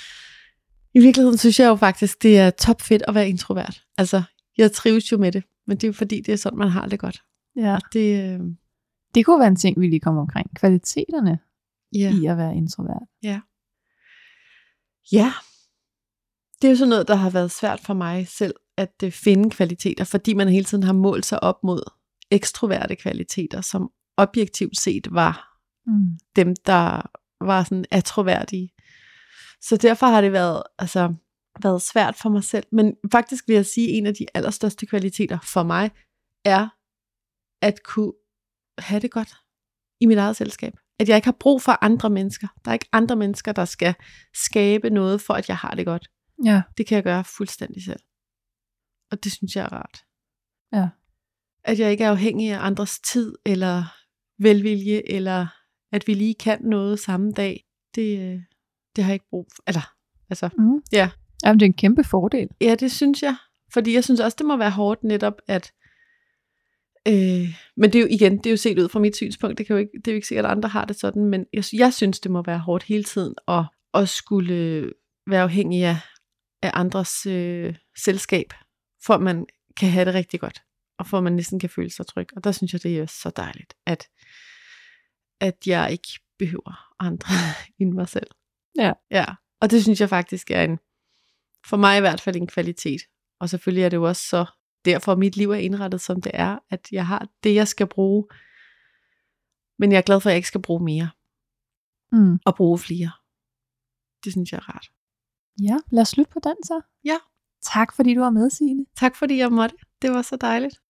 I virkeligheden synes jeg jo faktisk, det er topfedt at være introvert. Altså, jeg trives jo med det, men det er jo fordi, det er sådan, man har det godt. Ja. Det, øh... det kunne være en ting, vi lige kommer omkring. Kvaliteterne ja. i at være introvert. Ja. Ja. Det er jo sådan noget, der har været svært for mig selv, at uh, finde kvaliteter, fordi man hele tiden har målt sig op mod ekstroverte kvaliteter, som objektivt set var mm. dem, der var sådan atroværdige. Så derfor har det været, altså, været svært for mig selv. Men faktisk vil jeg sige, at en af de allerstørste kvaliteter for mig, er at kunne have det godt i mit eget selskab. At jeg ikke har brug for andre mennesker. Der er ikke andre mennesker, der skal skabe noget for, at jeg har det godt. Ja. Det kan jeg gøre fuldstændig selv. Og det synes jeg er rart. Ja. At jeg ikke er afhængig af andres tid, eller velvilje, eller at vi lige kan noget samme dag. Det, det har jeg ikke brug for. Eller, altså, mm. ja. Jamen, det er en kæmpe fordel. Ja, det synes jeg. Fordi jeg synes også, det må være hårdt netop, at Øh, men det er jo igen, det er jo set ud fra mit synspunkt, det, kan jo ikke, det er jo ikke sikkert, at andre har det sådan, men jeg, jeg synes, det må være hårdt hele tiden, at, at skulle være afhængig af, af andres øh, selskab, for at man kan have det rigtig godt, og for at man næsten kan føle sig tryg. Og der synes jeg, det er så dejligt, at, at jeg ikke behøver andre end mig selv. Ja. Ja. Og det synes jeg faktisk er en, for mig i hvert fald en kvalitet. Og selvfølgelig er det jo også så derfor mit liv er indrettet, som det er, at jeg har det, jeg skal bruge. Men jeg er glad for, at jeg ikke skal bruge mere. Mm. Og bruge flere. Det synes jeg er rart. Ja, lad os slutte på den så. Ja. Tak fordi du var med, Signe. Tak fordi jeg måtte. Det var så dejligt.